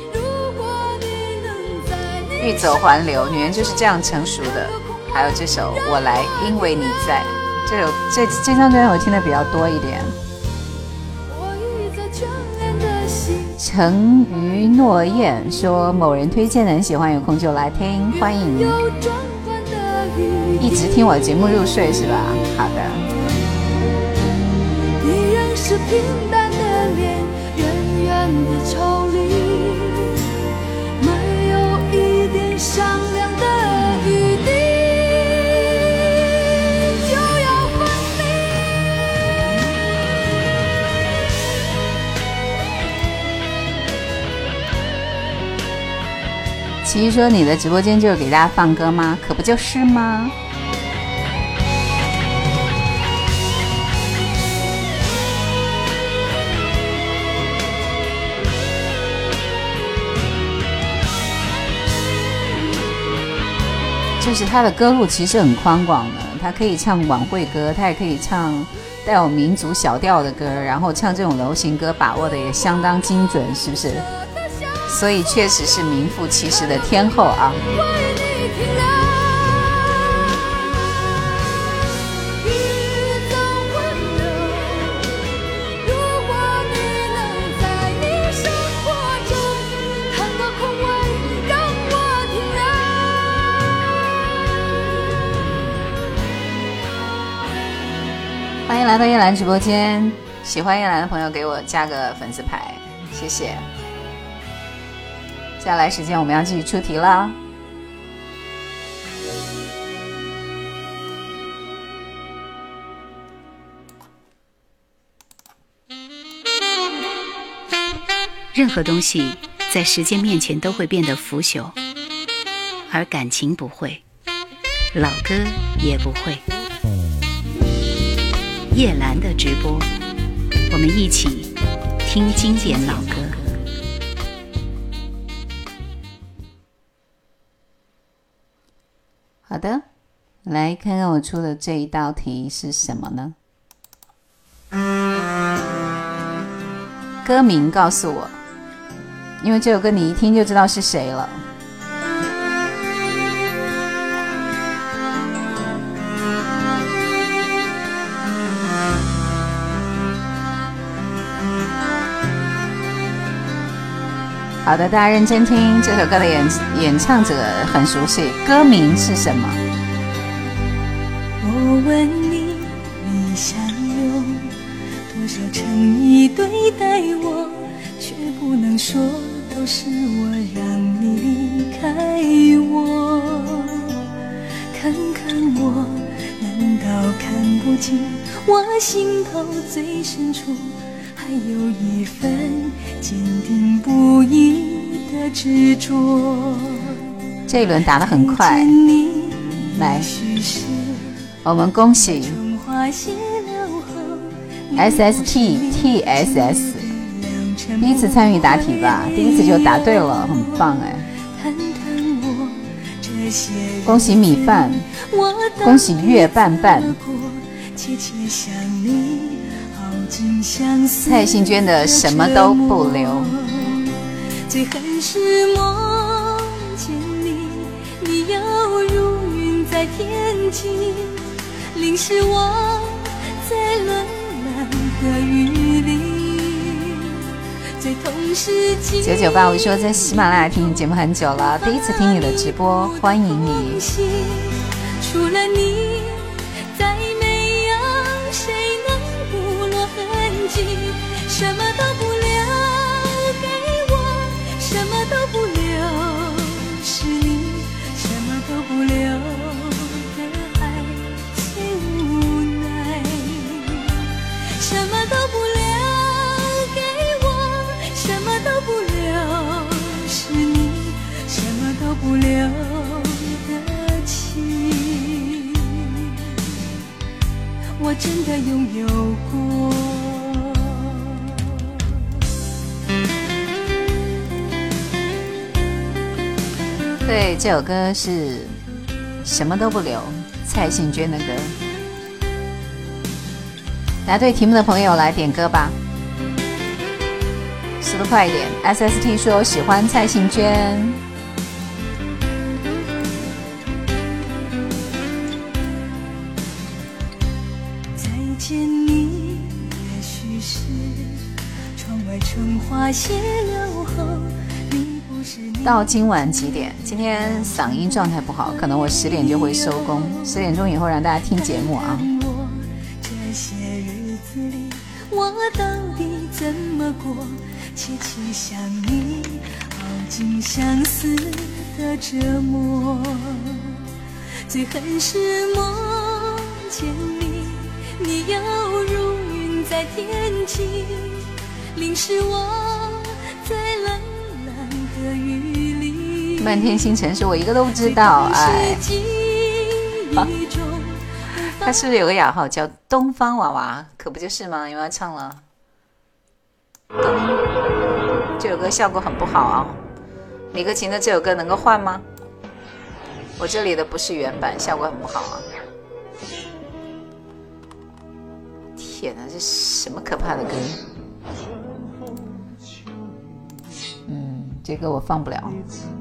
欲走还留，女人就是这样成熟的，还有这首我来因为你在，这首 这, 这张专辑我听的比较多一点。成于诺燕说某人推荐的很喜欢，有空就来听，欢迎。一直听我的节目入睡是吧？好的。
依然是平淡的脸，远远的抽离，没有一点商量的余地，就要分离。
其实说你的直播间就是给大家放歌吗？可不就是吗？ 就是他的歌路其实很宽广的，他可以唱晚会歌，他也可以唱带有民族小调的歌，然后唱这种流行歌把握的也相当精准，是不是？所以确实是名副其实的天后啊。欢迎来到叶兰直播间，喜欢叶兰的朋友给我加个粉丝牌，谢谢。接下来时间我们要继续出题了。
任何东西在时间面前都会变得腐朽，而感情不会，老歌也不会。叶兰的直播，我们一起听经典老歌。
好的，来看看我出的这一道题是什么呢？歌名告诉我，因为这首歌你一听就知道是谁了。好的，大家认真听，这首歌的 演, 演唱者很熟悉，歌名是什么？
我问你，你想用多少诚意对待我，却不能说都是我让你离开我。看看我，难道看不见我心头最深处还有一份坚定不移的执着。
这一轮打得很快，来，我们恭喜 S S T T S S 第一次参与答题吧，第一次就答对了，很棒哎！恭喜米饭，恭喜月半半。蔡幸娟的什么都不留。
最恨是梦见你，你要如云在天际，淋湿我在冷冷的雨里。最痛是
九九八五说在喜马拉雅听你节目很久了，第一次听你的直播，欢迎你。
除了你再没有谁能不落痕迹，什么都不留给我，什么都不留是你，什么都不留的爱最无奈，什么都不留给我，什么都不留是你，什么都不留的情，我真的拥有过。
对，这首歌是什么都不留，蔡幸娟的歌。答对题目的朋友来点歌吧，速度快一点。 S S T 说喜欢蔡幸娟。
再见你也许是窗外春花谢了后，
到今晚几点？今天嗓音状态不好，可能我十点就会收工，十点钟以后让大家听节目啊。
这些日子里我到底怎么过？切切想你，熬尽相思的折磨。最恨是梦见你，你要如云在天际，淋湿我在冷冷的雨里。
漫天星辰是我一个都不知道，哎，啊、他是不是有个雅号叫东方娃娃？可不就是吗？有没有唱了？这首歌效果很不好啊！李克勤的这首歌能够换吗？ 我这里的不是原版，效果很不好啊！天哪，这什么可怕的歌？嗯，这歌我放不了。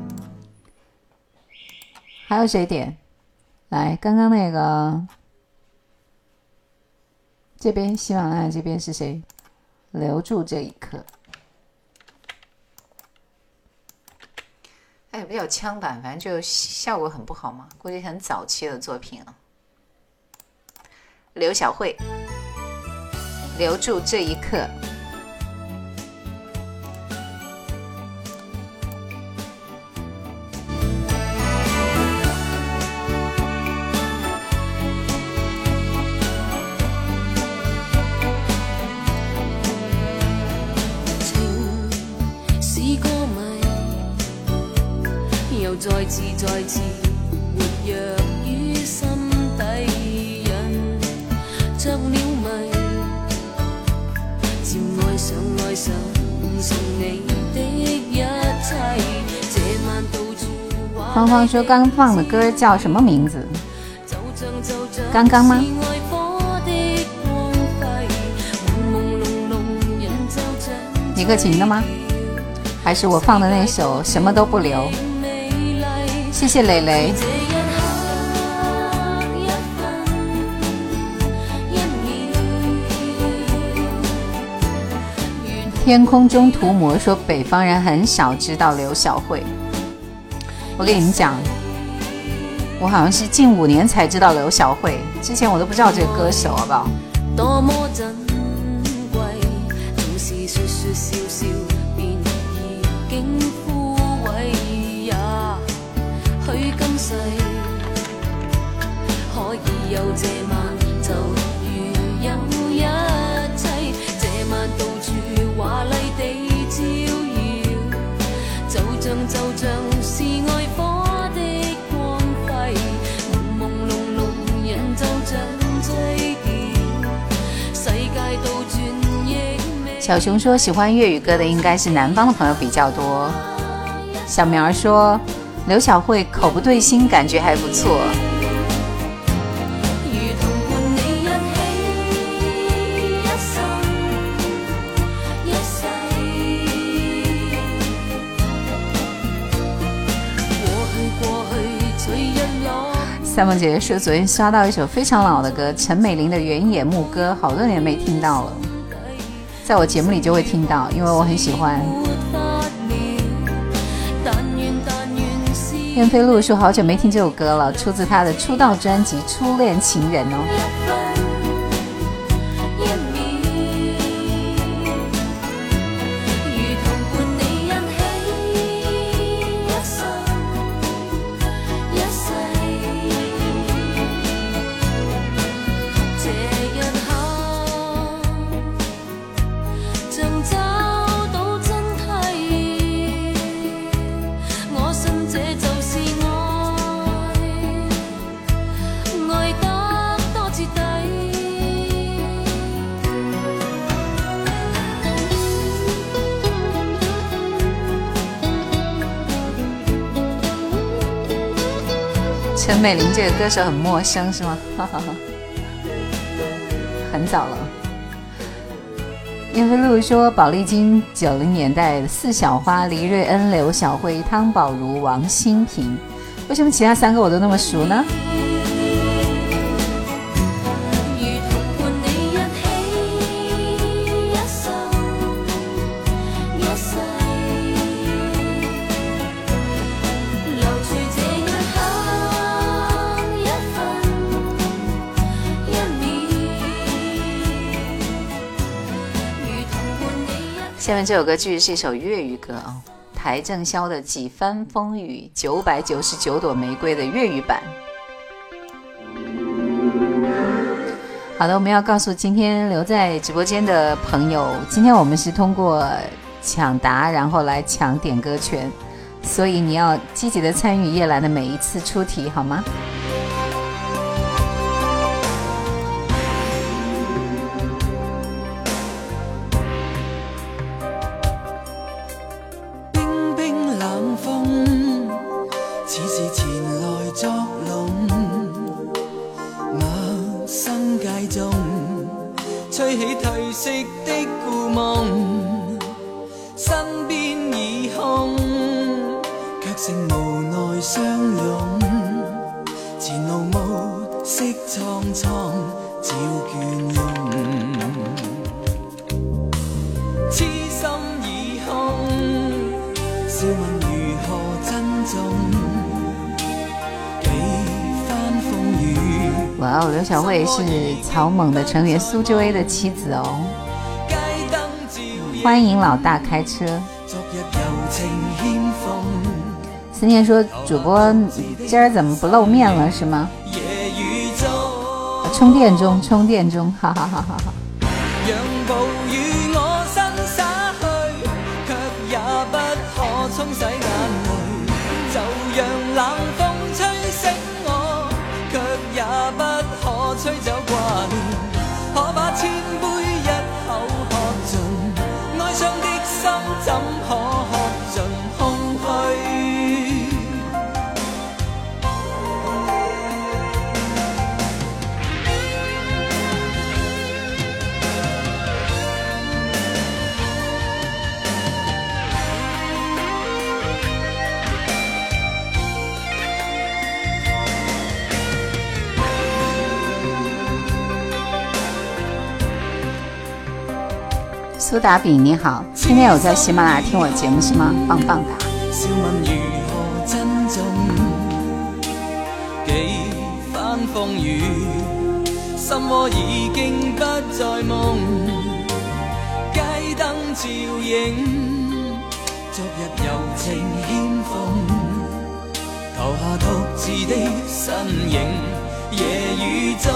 还有谁点？来，刚刚那个这边喜马拉雅这边是谁？留住这一刻。哎，比较枪版，反正就效果很不好嘛，估计很早期的作品了。刘晓慧，留住这一刻。
再次再次活躍於心底，人着了迷，漸愛上愛上送你的一切。這晚到處
芳芳說剛放的歌叫什麼名字？剛剛嗎？一個情的嗎？還是我放的那首什麼都不留？謝謝蕾蕾。天空中涂抹說北方人很少知道劉曉慧。我跟你們講，我好像是近五年才知道劉曉慧，之前我都不知道這個歌手，好不好？多麼珍貴，總是說說笑笑便已經枯萎呀。許今世可以有這晚，就如有一切。這晚到處華麗地照耀，就像就像是愛火的光輝，朦朦朧朧人就像醉掉，世界倒轉亦未。小熊說喜歡粵語歌的應該是南方的朋友比較多。小苗說劉曉慧口不對心，感覺還不錯。三梦姐姐說昨天刷到一首非常老的歌，陳美玲的《原野牧歌》，好多年沒聽到了，在我節目裡就會聽到，因為我很喜歡。燕飛路說好久沒聽這首歌了，出自他的出道專輯《初戀情人》哦。陈美玲这个歌手很陌生是吗？很早了。燕飞路说宝丽金九零年代的四小花，黎瑞恩、刘晓慧、汤宝如、王馨平，为什么其他三个我都那么熟呢？下面这首歌剧是一首粤语歌啊，邰正宵的《几番风雨》，九百九十九朵玫瑰的粤语版。好的，我们要告诉今天留在直播间的朋友，今天我们是通过抢答然后来抢点歌权，所以你要积极的参与叶兰的每一次出题，好吗？
似是前來再吹起褪色的故梦，身边已空，却剩无奈相拥。前路暮色苍苍，照倦容。痴心已空，笑问如何珍重？几番风雨。
哇哦，刘小慧是草蜢的成员苏志威的妻子哦。欢迎老大开车。思念说主播今儿怎么不露面了是吗？充电中充电中，哈哈哈哈哈。
让暴雨我身灑去，卻也不可沖洗眼淚，就讓冷風吹醒我，卻也不可吹走掛念，可把千杯一口喝盡，哀傷的心怎可喝盡空虛。
苏打饼你好，今天有在喜马拉雅听我节目是吗？棒棒的。
笑問如何珍重，幾番風雨，心窩已經不再夢，街燈照映，昨日柔情欠奉，投下獨自的身影，夜雨中。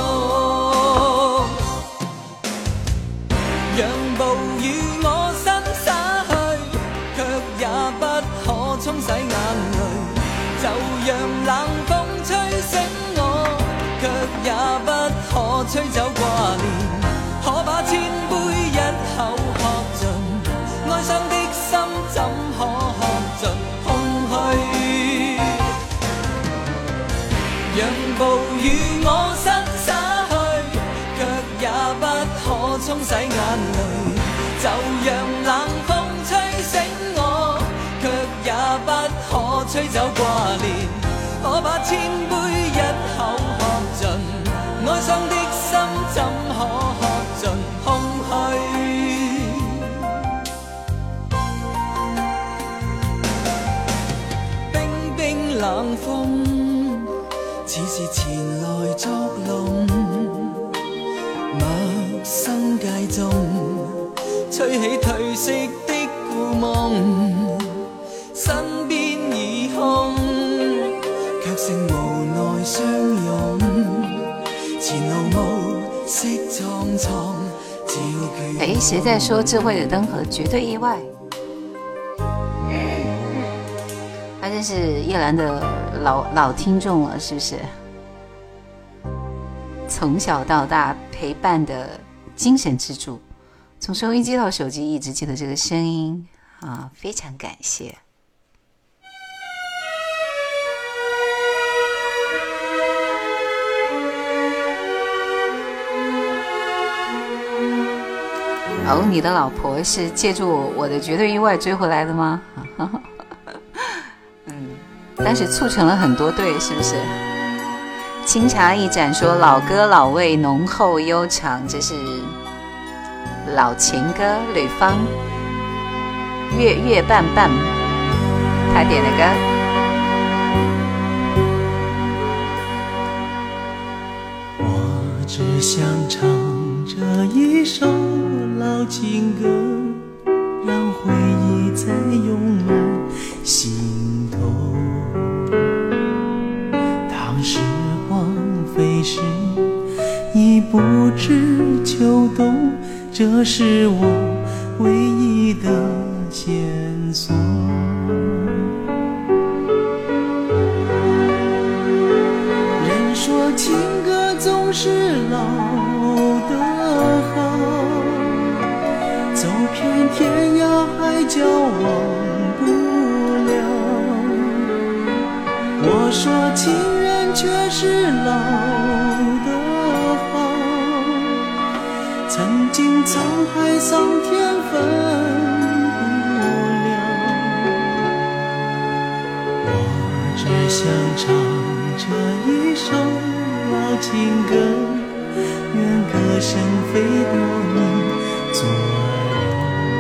讓暴雨我身灑去，卻也不可沖洗眼淚，就讓冷風吹醒我，卻也不可吹走掛念，可把千杯一口喝盡，哀傷的心怎可喝盡空虛。讓暴雨我身灑去，卻也不可沖洗眼淚，就讓冷風吹醒我，卻也不可吹走掛念，可把千杯一口喝盡，哀傷的心怎可喝盡空虛。冰冰冷風，似是前來作弄，陌生街中吹起褪色的故夢，身邊已空，卻剩無奈相擁，前路暮色蒼蒼，照倦。
哎，誰在說智慧的燈盒絕對意外？他真是葉蘭的老老聽眾了，是不是？從小到大陪伴的精神支柱，從收音機到手機一直記得這個聲音啊，非常感謝。哦，你的老婆是借助我的绝对意外追回来的嗎？嗯，但是促成了很多对，是不是？清茶一盏说老歌老味浓厚悠长，这是老情歌，吕方月月半半他点的歌。
我只想唱这一首老情歌，让回忆再涌满心头。当时飞逝已不知秋冬，这是我唯一的线索。人说情歌总是老的好，走遍天涯海角忘不了。我说情人却是老的好， 曾经沧海桑田分不了，我只想唱这一首老情歌，愿歌声飞到你左右。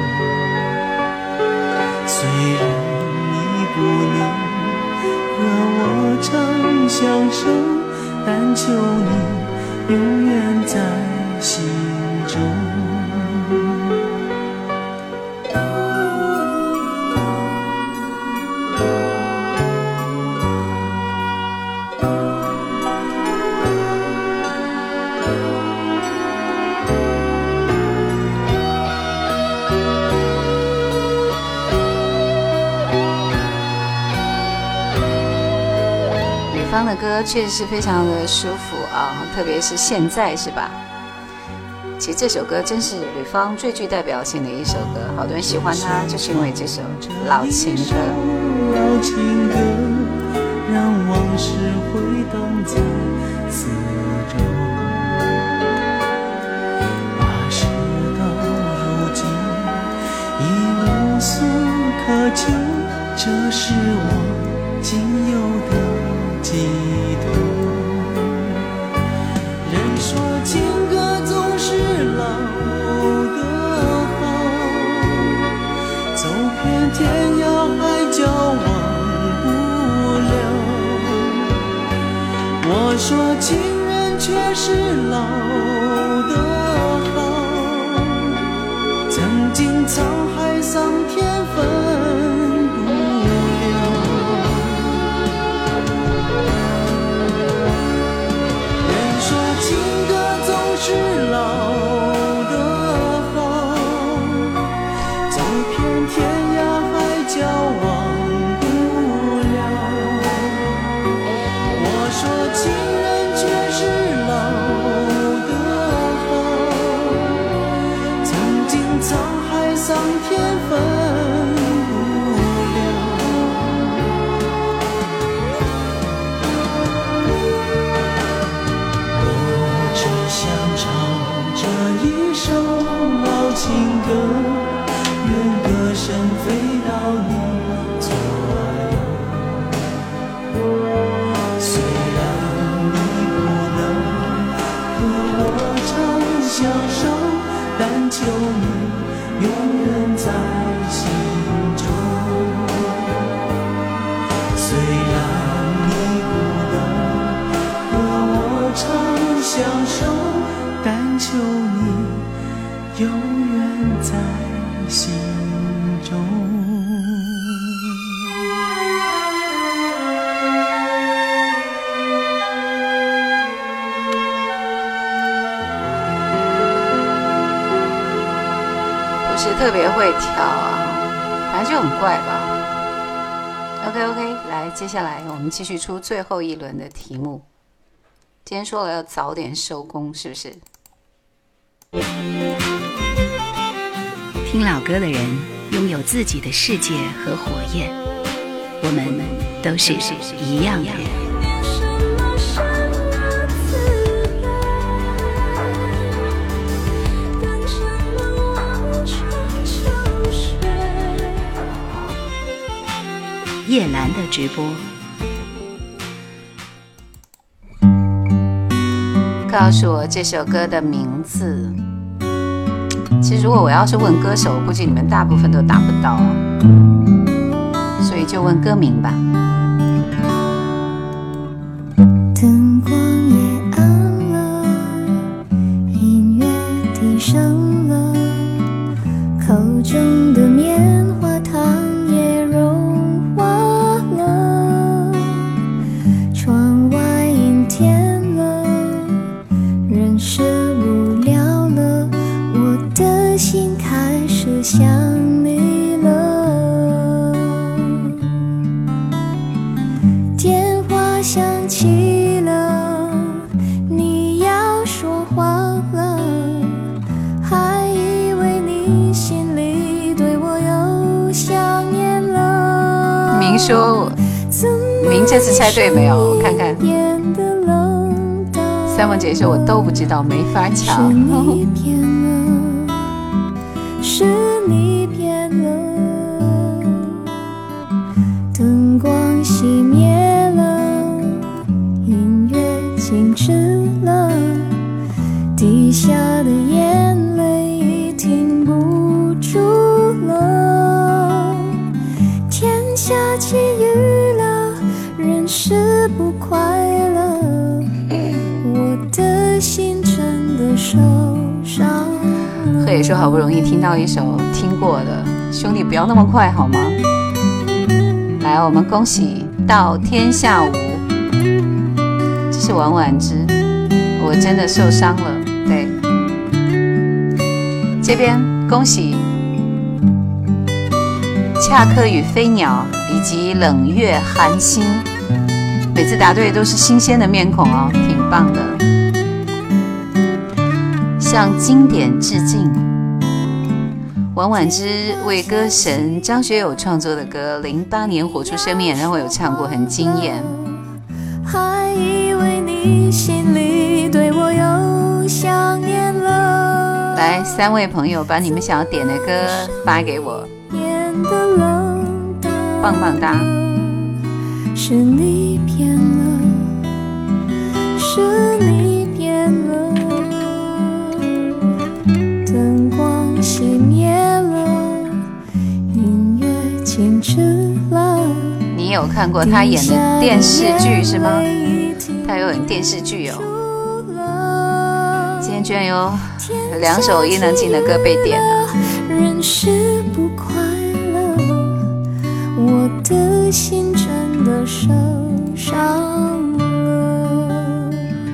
虽然你不能和我长相守，但求你永远在心中。
吕方的歌确实是非常的舒服啊，特别是现在，是吧？其实这首歌真是吕方最具代表性的一首歌，好多人喜欢他就是因为这首老情歌。
老情歌让往事回荡在四周，那事到如今已无所可求，这是我仅有的寄托。人说情歌总是老的好，走遍天涯海角忘不了。我说情人却是老的好，曾经沧海桑田分不了。人说情歌总是老的好，走遍天涯海角忘不了。我说情人却是老的好，曾经沧海桑田分不了。我只想唱这一首老情歌，愿歌声飞到你左右。虽然你不能和我长相守，但求你永远在心中。虽然你不能和我长相守，但求你永远在心中。
不是特别会跳啊，反正就很怪吧。OK OK， 来，接下来我们继续出最后一轮的题目。今天说了要早点收工，是不是？
听老歌的人拥有自己的世界和火焰，我们都是一样的人。叶兰的直播，
告诉我这首歌的名字。其实如果我要是问歌手，我估计你们大部分都答不到，所以就问歌名吧。
灯光也暗了，音乐低声了，口中的棉花糖也融化了，窗外阴天了，人受不了了，我的心开始想你了。电话响起了，你要说话了，还以为你心里对我有想念了。
明说，明这次猜对没有？我看看。 三梦姐说我都不知道，没法瞧。
是你变了，是你变了，灯光熄灭了，音乐静止了，滴下的眼泪已停不住了，天下起雨了，人是不快乐，我的心真的受伤了。
贺野说好不容易听到一首听过的，兄弟不要那么快好吗？来，我们恭喜到天下无，这是王婉之，我真的受伤了。对，这边恭喜恰克与飞鸟以及冷月寒星，每次答对都是新鲜的面孔哦，挺棒的。向经典致敬。王婉之为歌神张学友创作的歌，零八年火出生命演唱会有唱过，很惊艳。
还以为你心里对我有想念了，
来，三位朋友把你们想要点的歌发给我，
变得冷淡，
棒棒哒。
是你变了，是你变了，灯光熄灭了，音乐静止了。
你有看过他演的电视剧是吗？他有演电视剧哦。今天居然有两首伊能静的歌被点了。
人是不快乐，我的心真的受伤了，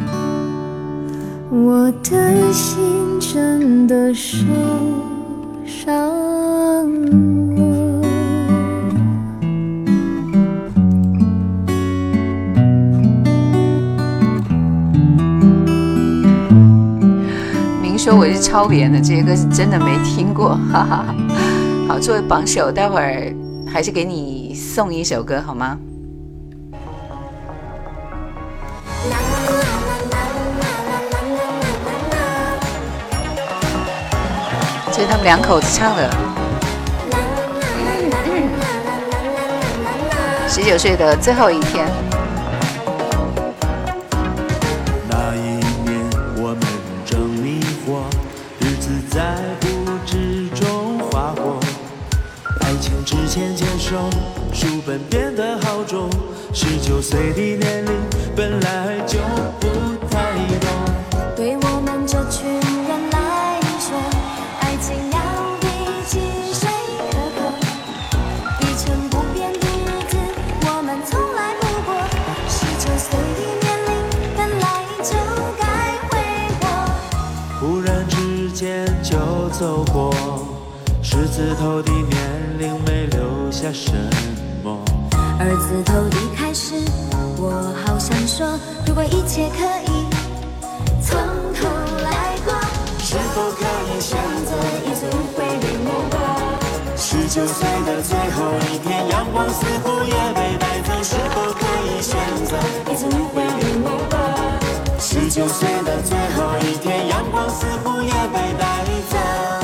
我的心真的受伤了。
说我是抄别人的，这些歌是真的没听过，哈哈哈。好，作为榜首，待会儿还是给你送一首歌好吗？这是他们两口子唱的。十九岁的最后一天。
在不知中划过，爱情之前牵手，书本变得好重。十九岁的年龄本来就不太懂，
对我们这群人来说，爱情要比汽水可口。一成不变的日子，我们从来不过。十九岁的年龄本来就该挥霍，
忽然之间就走过，十字头的年龄没留下什么。
二字头的开始，我好想说，如果一切可以从头来过，是否可以选择一次回忆梦过？十九岁的最后一天，阳光似乎也被带走，是否可以选择一次回忆梦过？十九岁的最后一天，阳光似乎也被带走。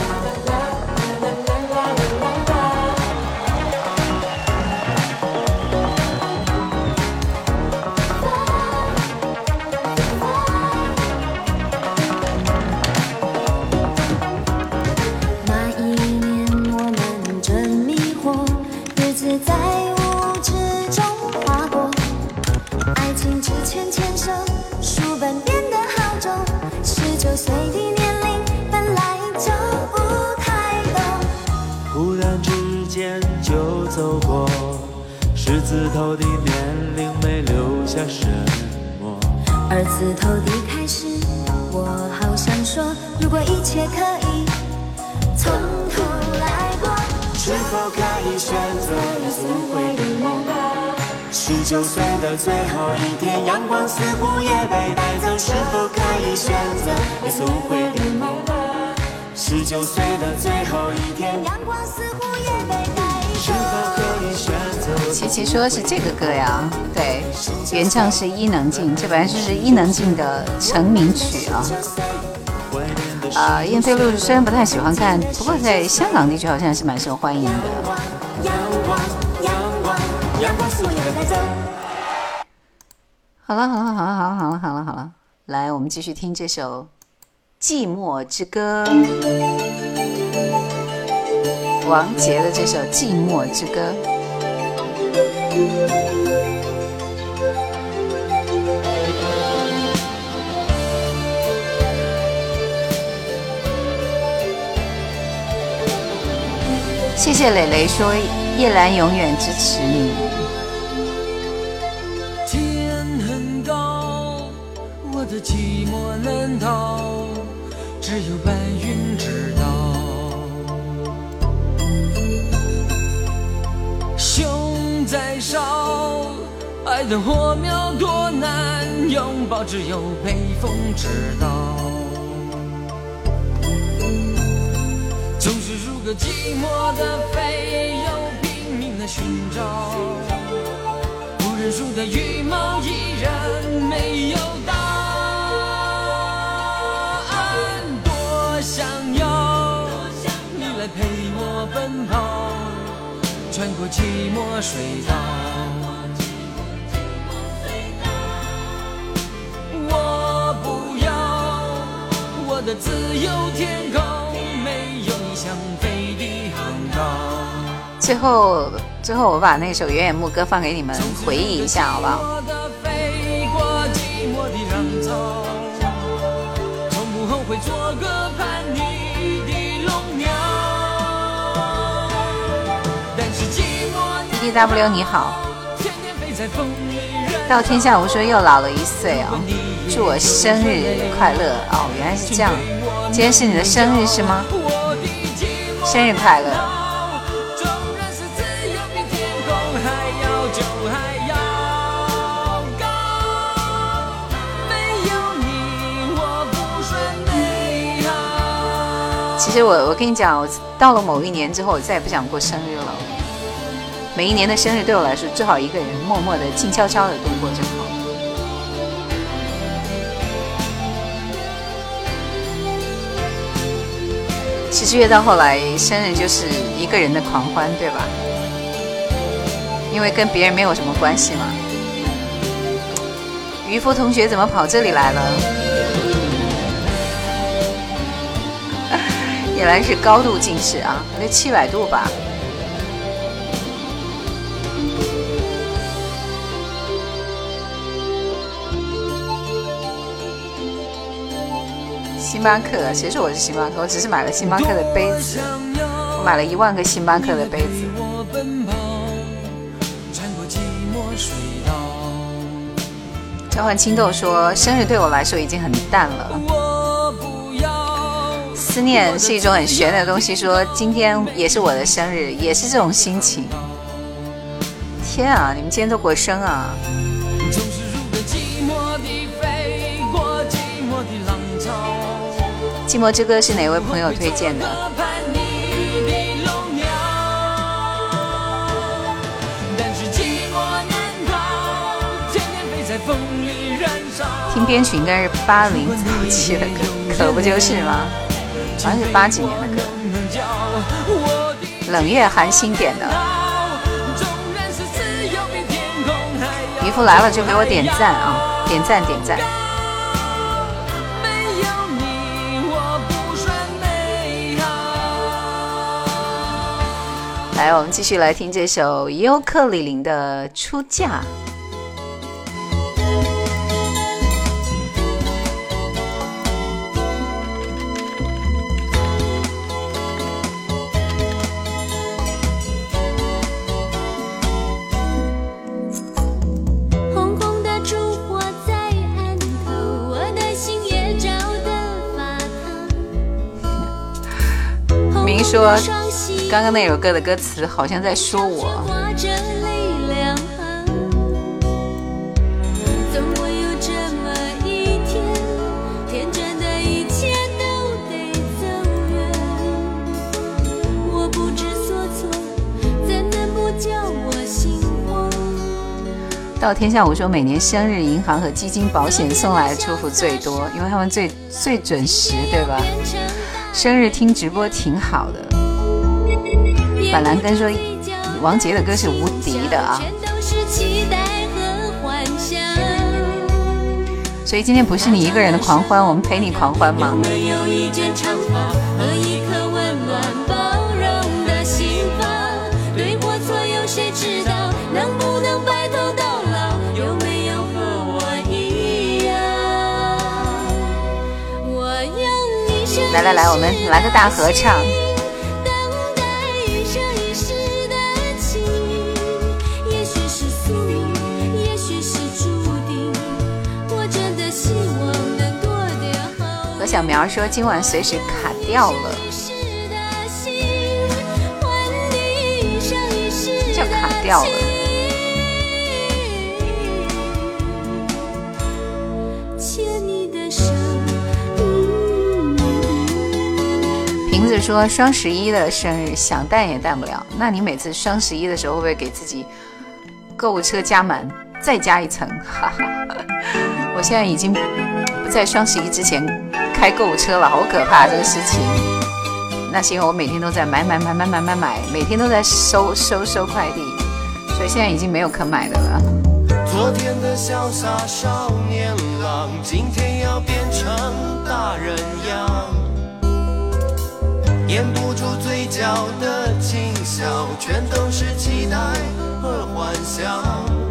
那一年我们真迷惑，日子在无知中划过，爱情之前牵手，书本变得好重。十九岁的年龄本来就不太懂，
忽然之间就走过，十字头的年龄没留下什么。
二字头的开始，我好想说，如果一切可以从头来过，是否可以选择一次回忆梦过？十九岁的最后一天，阳光似乎也被带走，是否可以选择一次回忆梦过？十九岁的最后一天，阳光似乎也被带走，
是否可以选择
琪琪说是这个歌呀，对，原唱是伊能静，这本来就是伊能静的成名曲啊。啊、呃，燕飞路虽然不太喜欢看，不过在香港地区好像是蛮受欢迎的。好了好了好了好了好了好了好了，来，我们继续听这首《寂寞之歌》，王杰的这首《寂寞之歌》。谢谢蕾蕾说叶兰永远支持你。
天很高，我的寂寞难逃，只有白云知道。胸在烧，爱的火苗多难拥抱，只有北风知道。总是如个寂寞的飞又拼命的寻找，不认输的羽毛依然没有答案。多想要你来陪我奔跑，穿过寂寞隧道。我不要我的自由天空，
最后，最后我把那首《原野牧歌》放给你们回忆一下，好不好？D W 你好，到天下无说又老了一岁啊、哦！祝我生日快乐哦！原来是这样，今天是你的生日是吗？生日快乐！其实我我跟你讲，我到了某一年之后，我再也不想过生日了。每一年的生日对我来说，最好一个人默默的、静悄悄的度过就好。其实越到后来，生日就是一个人的狂欢，对吧？因为跟别人没有什么关系嘛。渔夫同学怎么跑这里来了？原来是高度近视啊，得七百度吧。星巴克，谁说我是星巴克？我只是买了星巴克的杯子，我买了一万个星巴克的杯子。召唤青豆说，生日对我来说已经很淡了。思念是一种很玄的东西，说今天也是我的生日，也是这种心情。天啊，你们今天都过生啊！寂寞之歌是哪位朋友推荐的？听编曲应该是八零早期的歌，可不就是吗？好像是八几年的歌。冷月寒心点的。渔夫来了就给我点赞啊！点赞点赞。来，我们继续来听这首尤克里里的《出嫁》。
红红的烛火在案头，我的心也照得发烫。
明说刚刚那首歌的歌词好像在说我。
我不知所措，怎能不叫我心慌？
到天下午说每年生日银行和基金保险送来的祝福最多，因为他们最最准时，对吧？生日听直播挺好的。板蓝根说王杰的歌是无敌的啊，所以今天不是你一个人的狂欢，我们陪你狂欢吗？来来来，我们来个大合唱。何小苗说今晚随时卡掉了，就卡掉了。瓶子说双十一的生日想淡也淡不了，那你每次双十一的时候会不会给自己购物车加满再加一层？哈哈，我现在已经不在双十一之前开购物车了，好可怕这个事情。那是因为我每天都在买买买买买买买，每天都在收收收快递，所以现在已经没有可买的了。
昨天的潇洒少年郎，今天要变成大人样，掩不住嘴角的轻笑，全都是期待和幻想。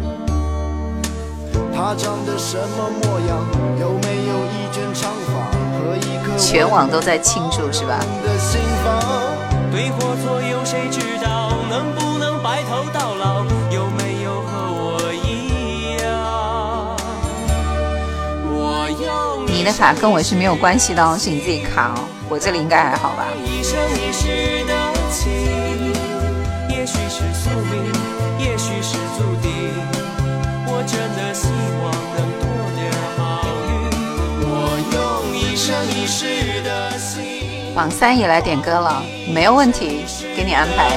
他长得什么模样？有没有一卷长发和一颗
全网都在庆祝是吧？
对或错有谁知道？能不能白头到老？有没有和我一样？我用
你的卡跟我是没有关系的哦，是你自己卡哦，我这里应该还好吧？
一生一世的情，也许是宿命，也许是注定。我真的希望能多点好运，我用一生一世的心。
榜三也来点歌了，没有问题，给你安排。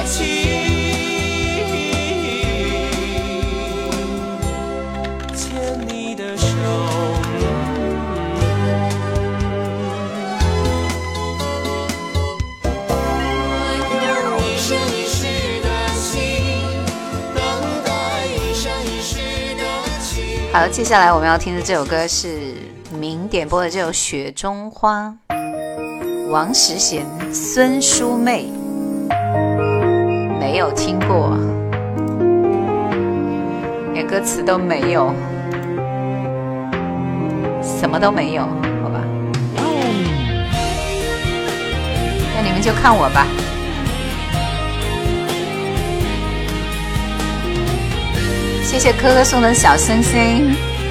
牵你的手，
我用一生一世的心，等待一生一世的情。
好，接下来我们要听的这首歌是明点播的这首《雪中花》，王识贤、孙淑妹，没有听过，连歌词都没有，什么都没有，好吧？那你们就看我吧。谢谢科科送的小星星。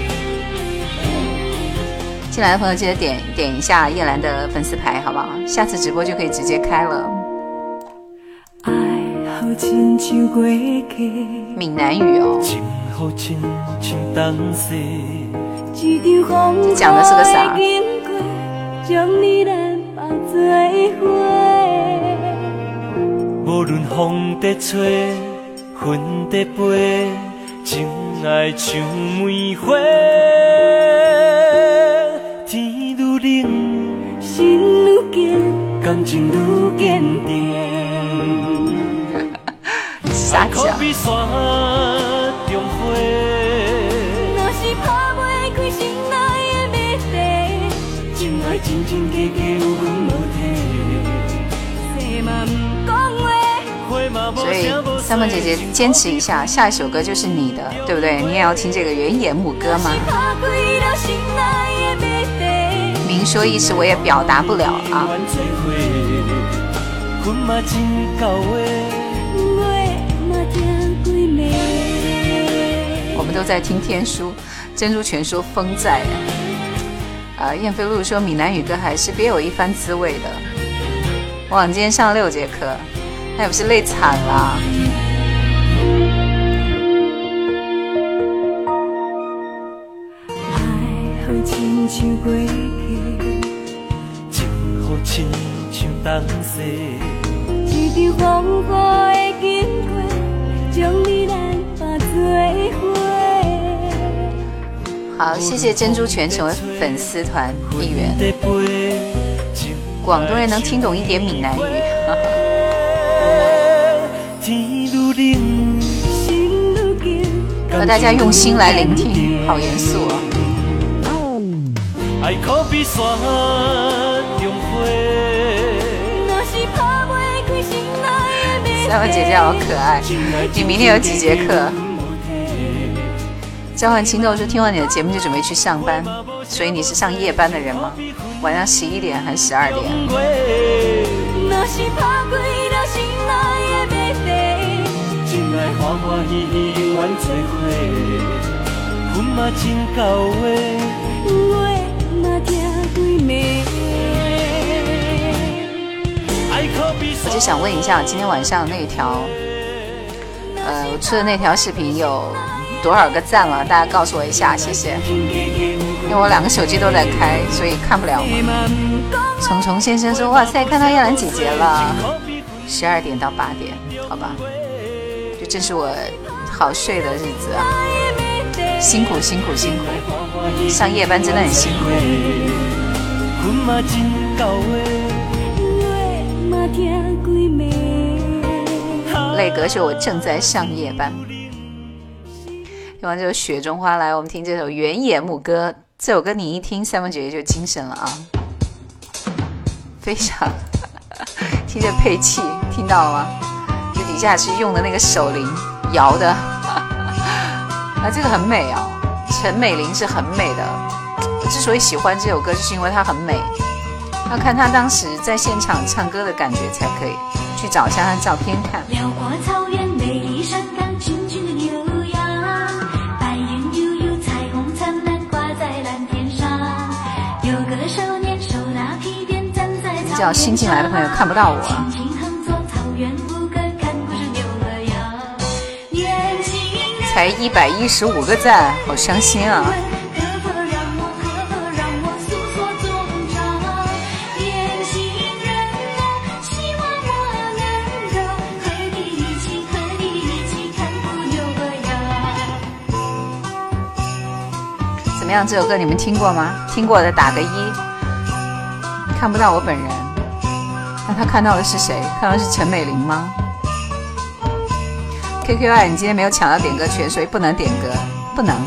进来的朋友记得点点一下叶兰的粉丝牌好不好？下次直播就可以直接开了。闽南语哦，讲的是个啥？
无论风在吹，云在飞，情爱像梅花。天愈冷，心愈坚，感情愈坚定。
傻笑。所以三梦姐姐坚持一下，下一首歌就是你的，对不对？你也要听这个原野牧歌吗？明说一时我也表达不了啊。我们都在听天书，珍珠全说风在。呃，燕飞路说闽南语歌还是别有一番滋味的。我今天上了六节课，那也不是累惨了。
爱好亲像过去，情好亲像当时。一场风雨的经过，将你咱化做花。
好，谢谢珍珠泉成为粉丝团一员。广东人能听懂一点闽南语。和大家用心来聆听，好严肃啊！三文姐姐好可爱，你明天有几节课？召唤青豆说听完你的节目就准备去上班，所以你是上夜班的人吗？晚上十一点还是十二点？我就想问一下，今天晚上那条，呃，我出的那条视频有多少个赞了？大家告诉我一下，谢谢。因为我两个手机都在开，所以看不了嘛。虫虫先生说：“哇塞，看到叶兰姐姐了，十二点到八点，好吧，就这是我好睡的日子啊，辛苦辛苦辛苦，上夜班真的很辛苦。”泪哥说：“我正在上夜班。”听完这首《雪中花》，来，我们听这首《原野牧歌》。这首歌你一听，三文姐姐就精神了啊，非常听着配器，听到了吗？就底下是用的那个手铃摇的，啊，这个很美啊。陈美玲是很美的，我之所以喜欢这首歌，就是因为它很美。要看她当时在现场唱歌的感觉才可以，去找一下她的照片看。
辽阔草原，美丽山岗，群群的牛羊，白云悠悠，彩虹灿烂，挂在蓝天上。有个少年手拿皮鞭，站在草原
叫新进来的朋友看不到我。
轻轻哼作草原牧歌，看故事牛和羊。年轻人
才一百一十五个赞，好伤心啊！怎么样？这首歌你们听过吗？听过的打个一。看不到我本人，那他看到的是谁？看到的是陈美玲吗 ？Q Q 二，你今天没有抢到点歌权，所以不能点歌，不能。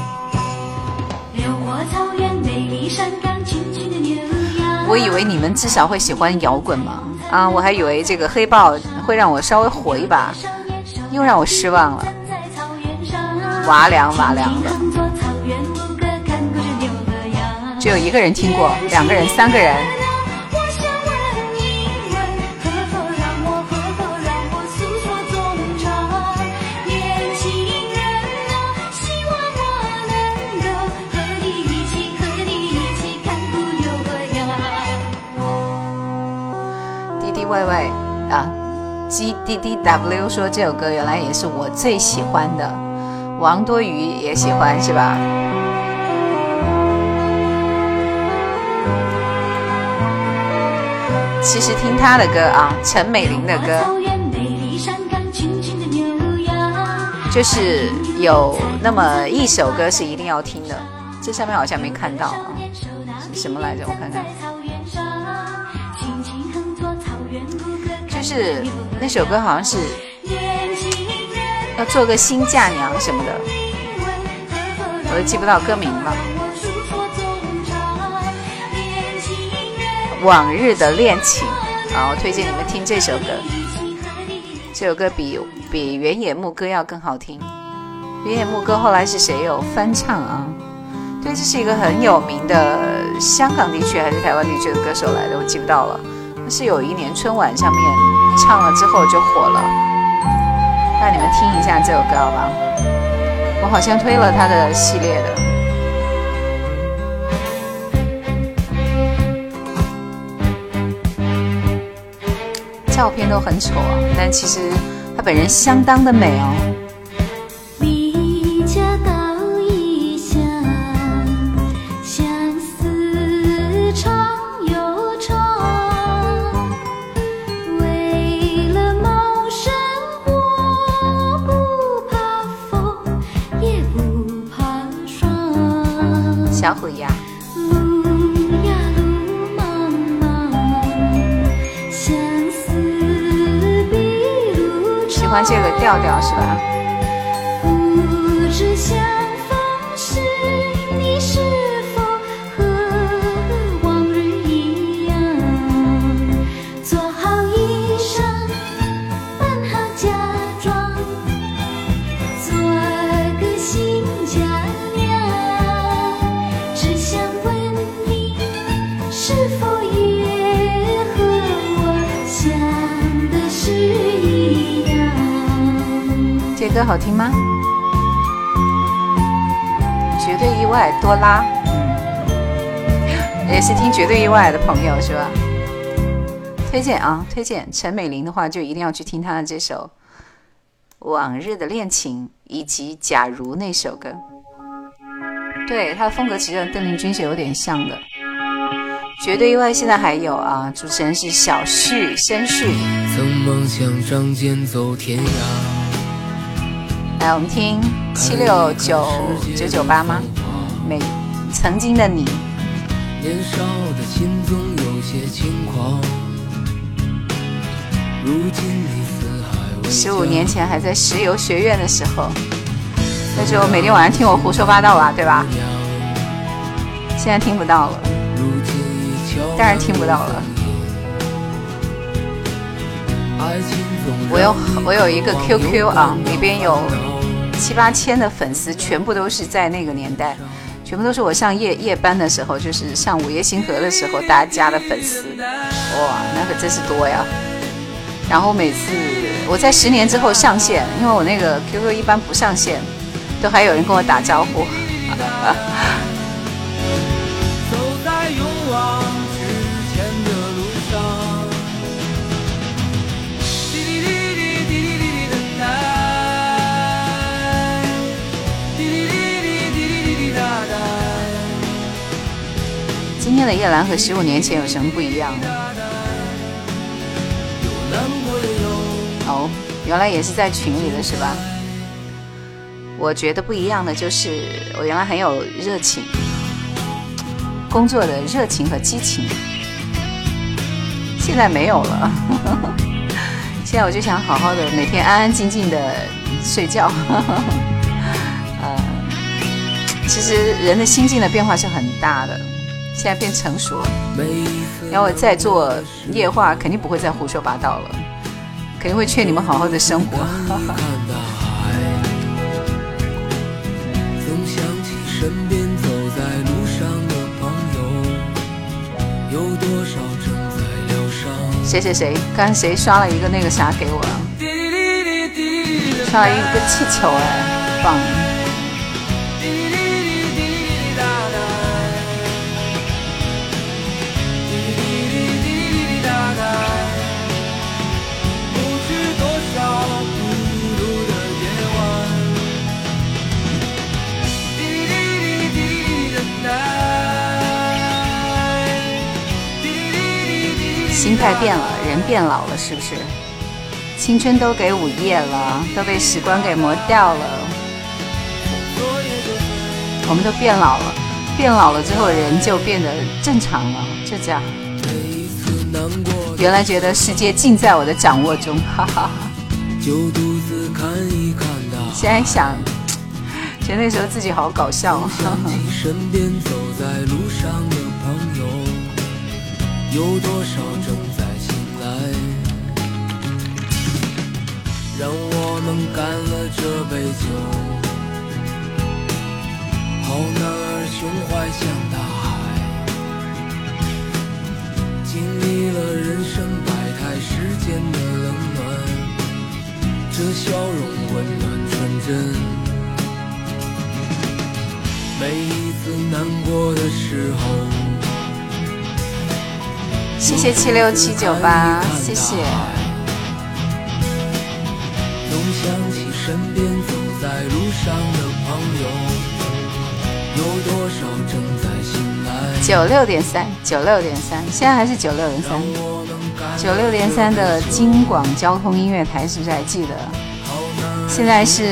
我以为你们至少会喜欢摇滚嘛，啊，我还以为这个黑豹会让我稍微火一把，又让我失望了。哇凉哇凉的。只有一个人听过，两个人，三个人。D D Y Y 啊 ，G D D W 说这首歌原来也是我最喜欢的，王多鱼也喜欢是吧？其实听他的歌啊，陈美玲的歌，就是有那么一首歌是一定要听的。这上面好像没看到啊，是什么来着？我看看，就是那首歌好像是要做个新嫁娘什么的，我都记不到歌名了。往日的恋情啊，我推荐你们听这首歌，这首歌比比原野牧歌要更好听。原野牧歌后来是谁有翻唱啊？对，这是一个很有名的香港地区还是台湾地区的歌手来的，我记不到了。他是有一年春晚上面唱了之后就火了，让你们听一下这首歌好吧？我好像推了他的系列的。照片都很丑啊，但其实她本人相当的美哦。
离家到异乡，相思长又长，为了谋生活，不怕风也不怕霜。
欢这个调调是吧？
不知相逢时，你是否和往日一样，做好衣裳，扮好嫁妆，做个新嫁娘。只想问你，是否也和我想的是一样？
这歌好听吗？绝对意外，多拉，嗯，也是听绝对意外的朋友是吧？推荐啊，推荐陈美玲的话，就一定要去听她的这首《往日的恋情》以及《假如》那首歌。对，她的风格其实跟邓丽君是有点像的。绝对意外现在还有啊，主持人是小旭、申旭。
曾梦想仗剑走天涯。
来，我们听七六九九九八吗？每曾经的你。
年少的心总有些轻狂，如今你四海为家。
十五年前还在石油学院的时候，那时候每天晚上听我胡说八道吧，对吧？现在听不到了，当然听不到了。我有我有一个 Q Q 啊，里边有七八千的粉丝，全部都是在那个年代，全部都是我上夜夜班的时候，就是上午夜星河的时候大家加的粉丝，哇，那可真是多呀。然后每次我在十年之后上线，因为我那个 Q Q 一般不上线，都还有人跟我打招呼。
走在勇往直前的路上，滴滴滴滴滴滴滴等待，滴滴滴滴滴滴滴答答。
今天的叶兰和十五年前有什么不一样？哦，原来也是在群里的是吧？我觉得不一样的就是我原来很有热情，工作的热情和激情，现在没有了。现在我就想好好的每天安安静静的睡觉。呃，其实人的心境的变化是很大的，现在变成熟了。然后我再做夜话，肯定不会再胡说八道了，肯定会劝你们好好的生活。
身边走在路上的朋友，有多少正在疗伤？
谁谁谁，刚刚谁刷了一个那个啥给我？刷了一个气球哎，棒！ 心态变了，人变老了，是不是？青春都给午夜了，都被时光给磨掉了。我们都变老了，变老了之后，人就变得正常了，就这样。原来觉得世界尽在我的掌握中，哈哈。现在想，觉得那时候自己好搞笑。
身边走在路上的朋友，有多少正在醒来？让我们干了这杯酒，好男儿胸怀像大海，经历了人生百态世间的冷暖，这笑容温暖纯真。每一次难过的时候，
谢谢七六七九八，谢谢。
总想起身边走在路上的朋友，有多少正在醒来？
九六点三，九六点三，现在还是九六点三，九六点三的京广交通音乐台，是不是还记得？现在是，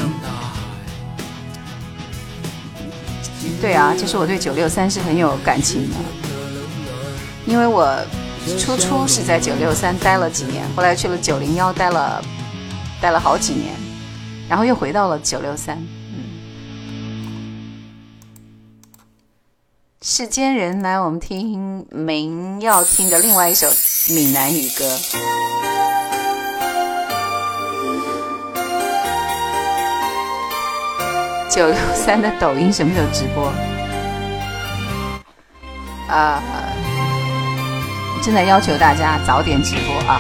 对啊，就是我对九六三是很有感情的，因为我初初是在九六三待了几年，后来去了九零幺待了待了好几年，然后又回到了九六三。嗯，世间人，来我们听明要听的另外一首闽南语歌。九六三的抖音什么时候直播？啊、呃，正在要求大家早点直播啊！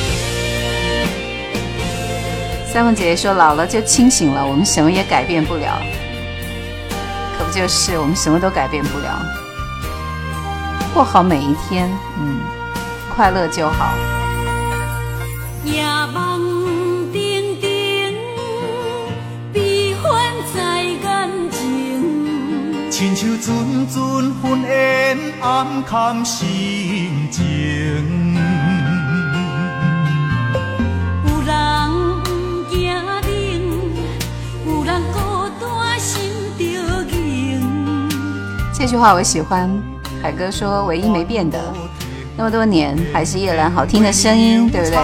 三凤姐姐说：“老了就清醒了，我们什么也改变不了。”可不就是，我们什么都改变不了。过好每一天，嗯，快乐就好。
夜梦定定，悲欢在眼前。
亲像阵阵云烟暗藏心情。
有人行冷，有人孤单心着硬。
这句话我喜欢。海哥说：“唯一没变的，那么多年还是叶兰好听的声音，对不对？”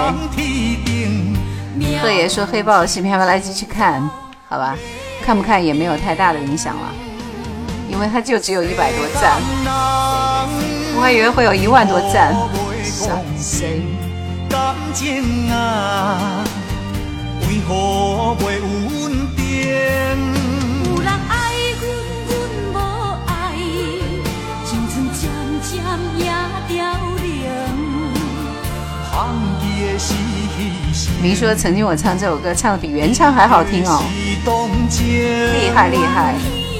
贺爷说：“黑豹的视频要不要来继续看？好吧，看不看也没有太大的影响了，因为它就只有一百多赞，我还以为会有一万多赞。伤心。
感情啊，为何袂稳定？
有人爱阮，阮无爱，青春渐渐也凋零。
明说曾经我唱这首歌唱的比原唱还好听哦，厉害厉害。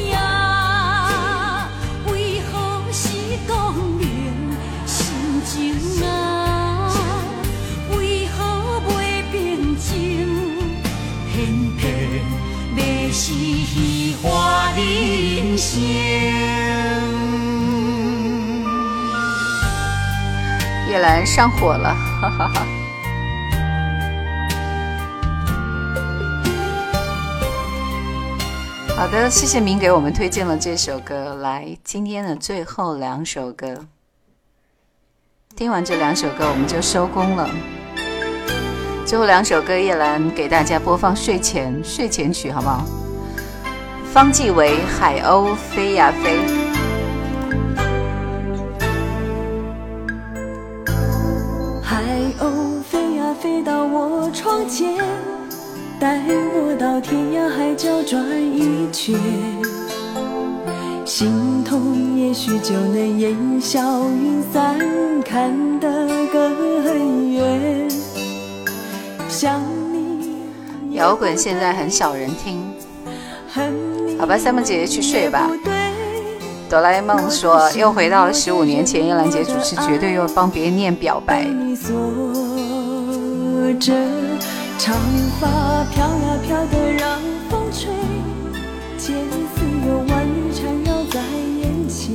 为何是讲明心情啊？为何袂平静？偏偏要是虚华人生。
叶兰上火了，哈哈哈。好的，谢谢明给我们推荐了这首歌。来，今天的最后两首歌，听完这两首歌我们就收工了。最后两首歌，叶兰给大家播放睡前睡前曲，好不好？方季韦《海鸥飞呀飞》。
海鸥飞呀飞到我窗前，带我到天涯海角转一圈，心痛也许就能烟消云散，看得更远。想你
摇滚现在很少人听，好吧，三梦姐姐去睡吧。哆啦 A 梦说又回到了十五年前，叶兰姐主持绝对又帮别人念表白。
长发飘呀飘的让风吹，千丝又万缕缠绕在眼前。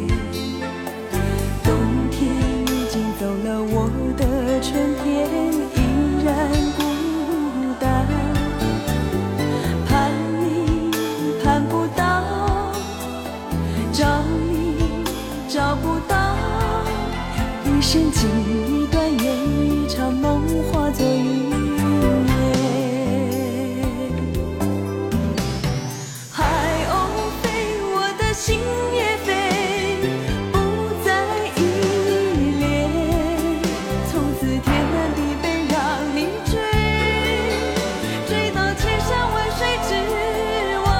冬天已经走了，我的春天依然孤单。盼你盼不到，找你找不到，一生情一段又一场梦化作云。心也飞，不再依恋，从此天南地北让你追，追到千山万水之外。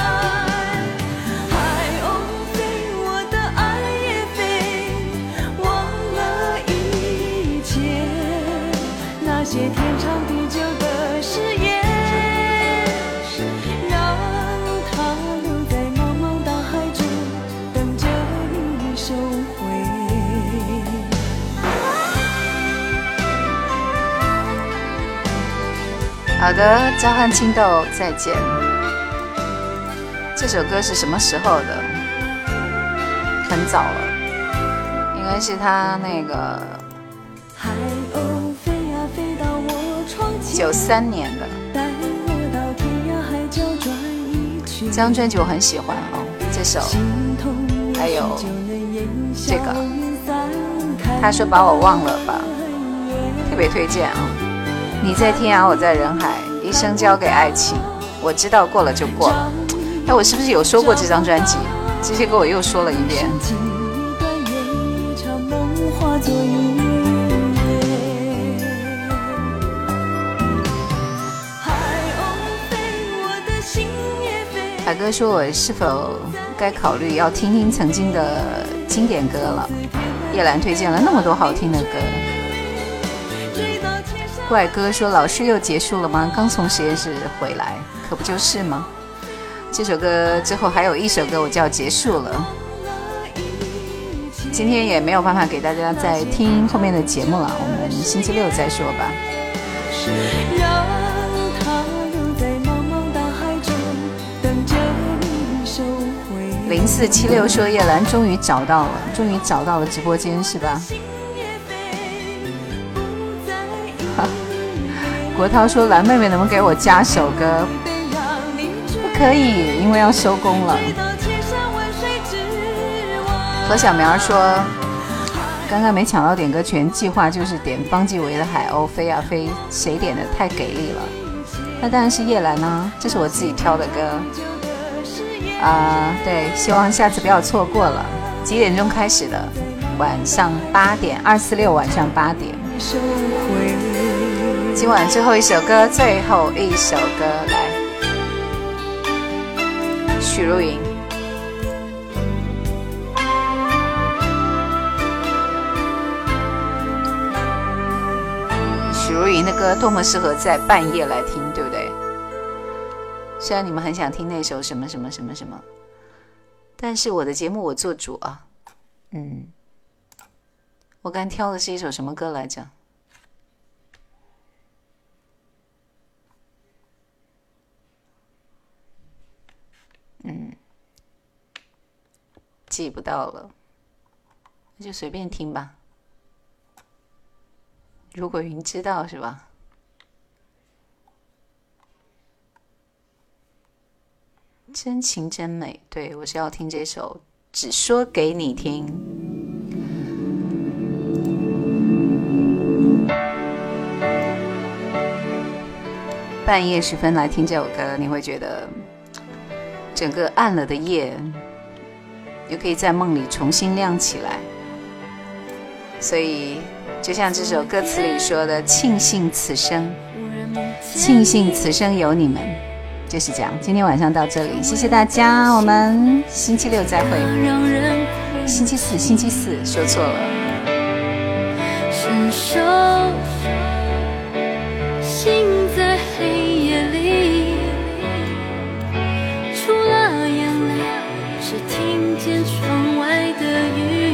海鸥飞，我的爱也飞，忘了一切，那些天长地久的誓言。
好的，召唤青豆，再见。这首歌是什么时候的？很早了，应该是他那个九三年的。这张专辑我很喜欢哦，这首还有这个，他说把我忘了吧，特别推荐哦。 你在天涯，我在人海，一生交给爱情。我知道过了就过了。哎，我是不是有说过这张专辑？这些歌我又说了一遍。海哥说，我是否该考虑要听听曾经的经典歌了？叶兰推荐了那么多好听的歌。怪哥说，老师又结束了吗？刚从实验室回来，可不就是吗？这首歌之后还有一首歌我就要结束了，今天也没有办法给大家再听后面的节目了，我们星期六再说吧。零四七六说，叶兰终于找到了，终于找到了直播间是吧？国涛说，蓝妹妹能不能给我加首歌？不可以，因为要收工了。何小苗说，刚刚没抢到点歌权，计划就是点方季韦的海鸥飞啊飞，谁点的太给力了？那当然是叶兰啊，这是我自己挑的歌啊、呃，对，希望下次不要错过了。几点钟开始的？晚上八点，二四六晚上八点。今晚最后一首歌，最后一首歌来，许茹芸。许茹芸的歌多么适合在半夜来听，对不对？虽然你们很想听那首什么什么什么什么，但是我的节目我做主啊。嗯，我刚挑的是一首什么歌来着？嗯，记不到了，那就随便听吧。如果云知道是吧？真情真美，对，我是要听这首，只说给你听。半夜时分来听这首歌，你会觉得整个暗了的夜又可以在梦里重新亮起来。所以就像这首歌词里说的，庆幸此生，庆幸此生有你们，就是这样。今天晚上到这里，谢谢大家，我们星期六再会。星期四星期四说错了。伸手心在黑夜里，除了眼泪只听见窗外的雨。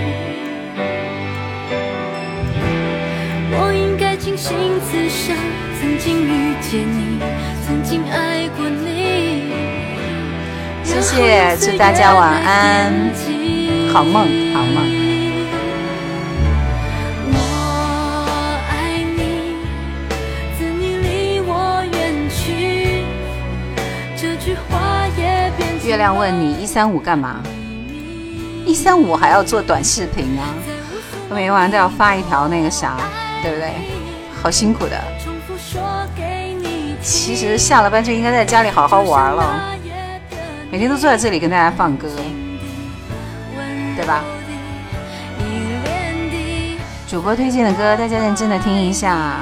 我应该庆幸此生曾经遇见你，曾经爱过你。谢谢，祝大家晚安，好梦好梦。月亮问你一三五干嘛？一三五还要做短视频啊，每晚都要发一条那个啥，对不对？好辛苦的。其实下了班就应该在家里好好玩了，每天都坐在这里跟大家放歌，对吧？主播推荐的歌，大家认真的听一下。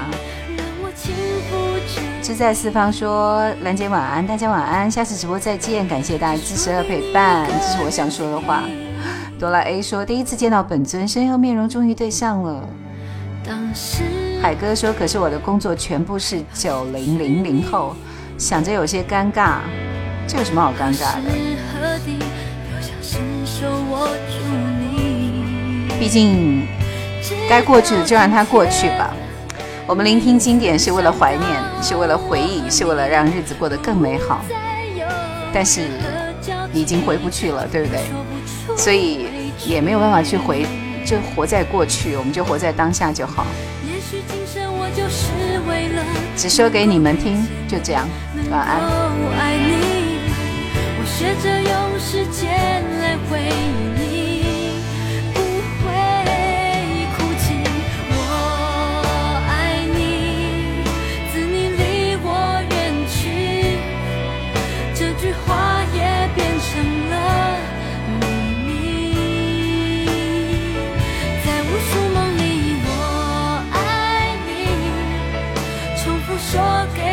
志在四方说，兰姐晚安，大家晚安，下次直播再见，感谢大家支持和陪伴，这是我想说的话。哆啦 A 说，第一次见到本尊，身后面容终于对上了。海哥说，可是我的工作全部是九零零零后，想着有些尴尬，这有什么好尴尬的？毕竟该过去的就让它过去吧。我们聆听经典是为了怀念，是为了回忆，是为了让日子过得更美好，但是已经回不去了，对不对？所以也没有办法去回，就活在过去，我们就活在当下就好。只说给你们听，就这样，晚安。我学着用时间来回忆你。
说给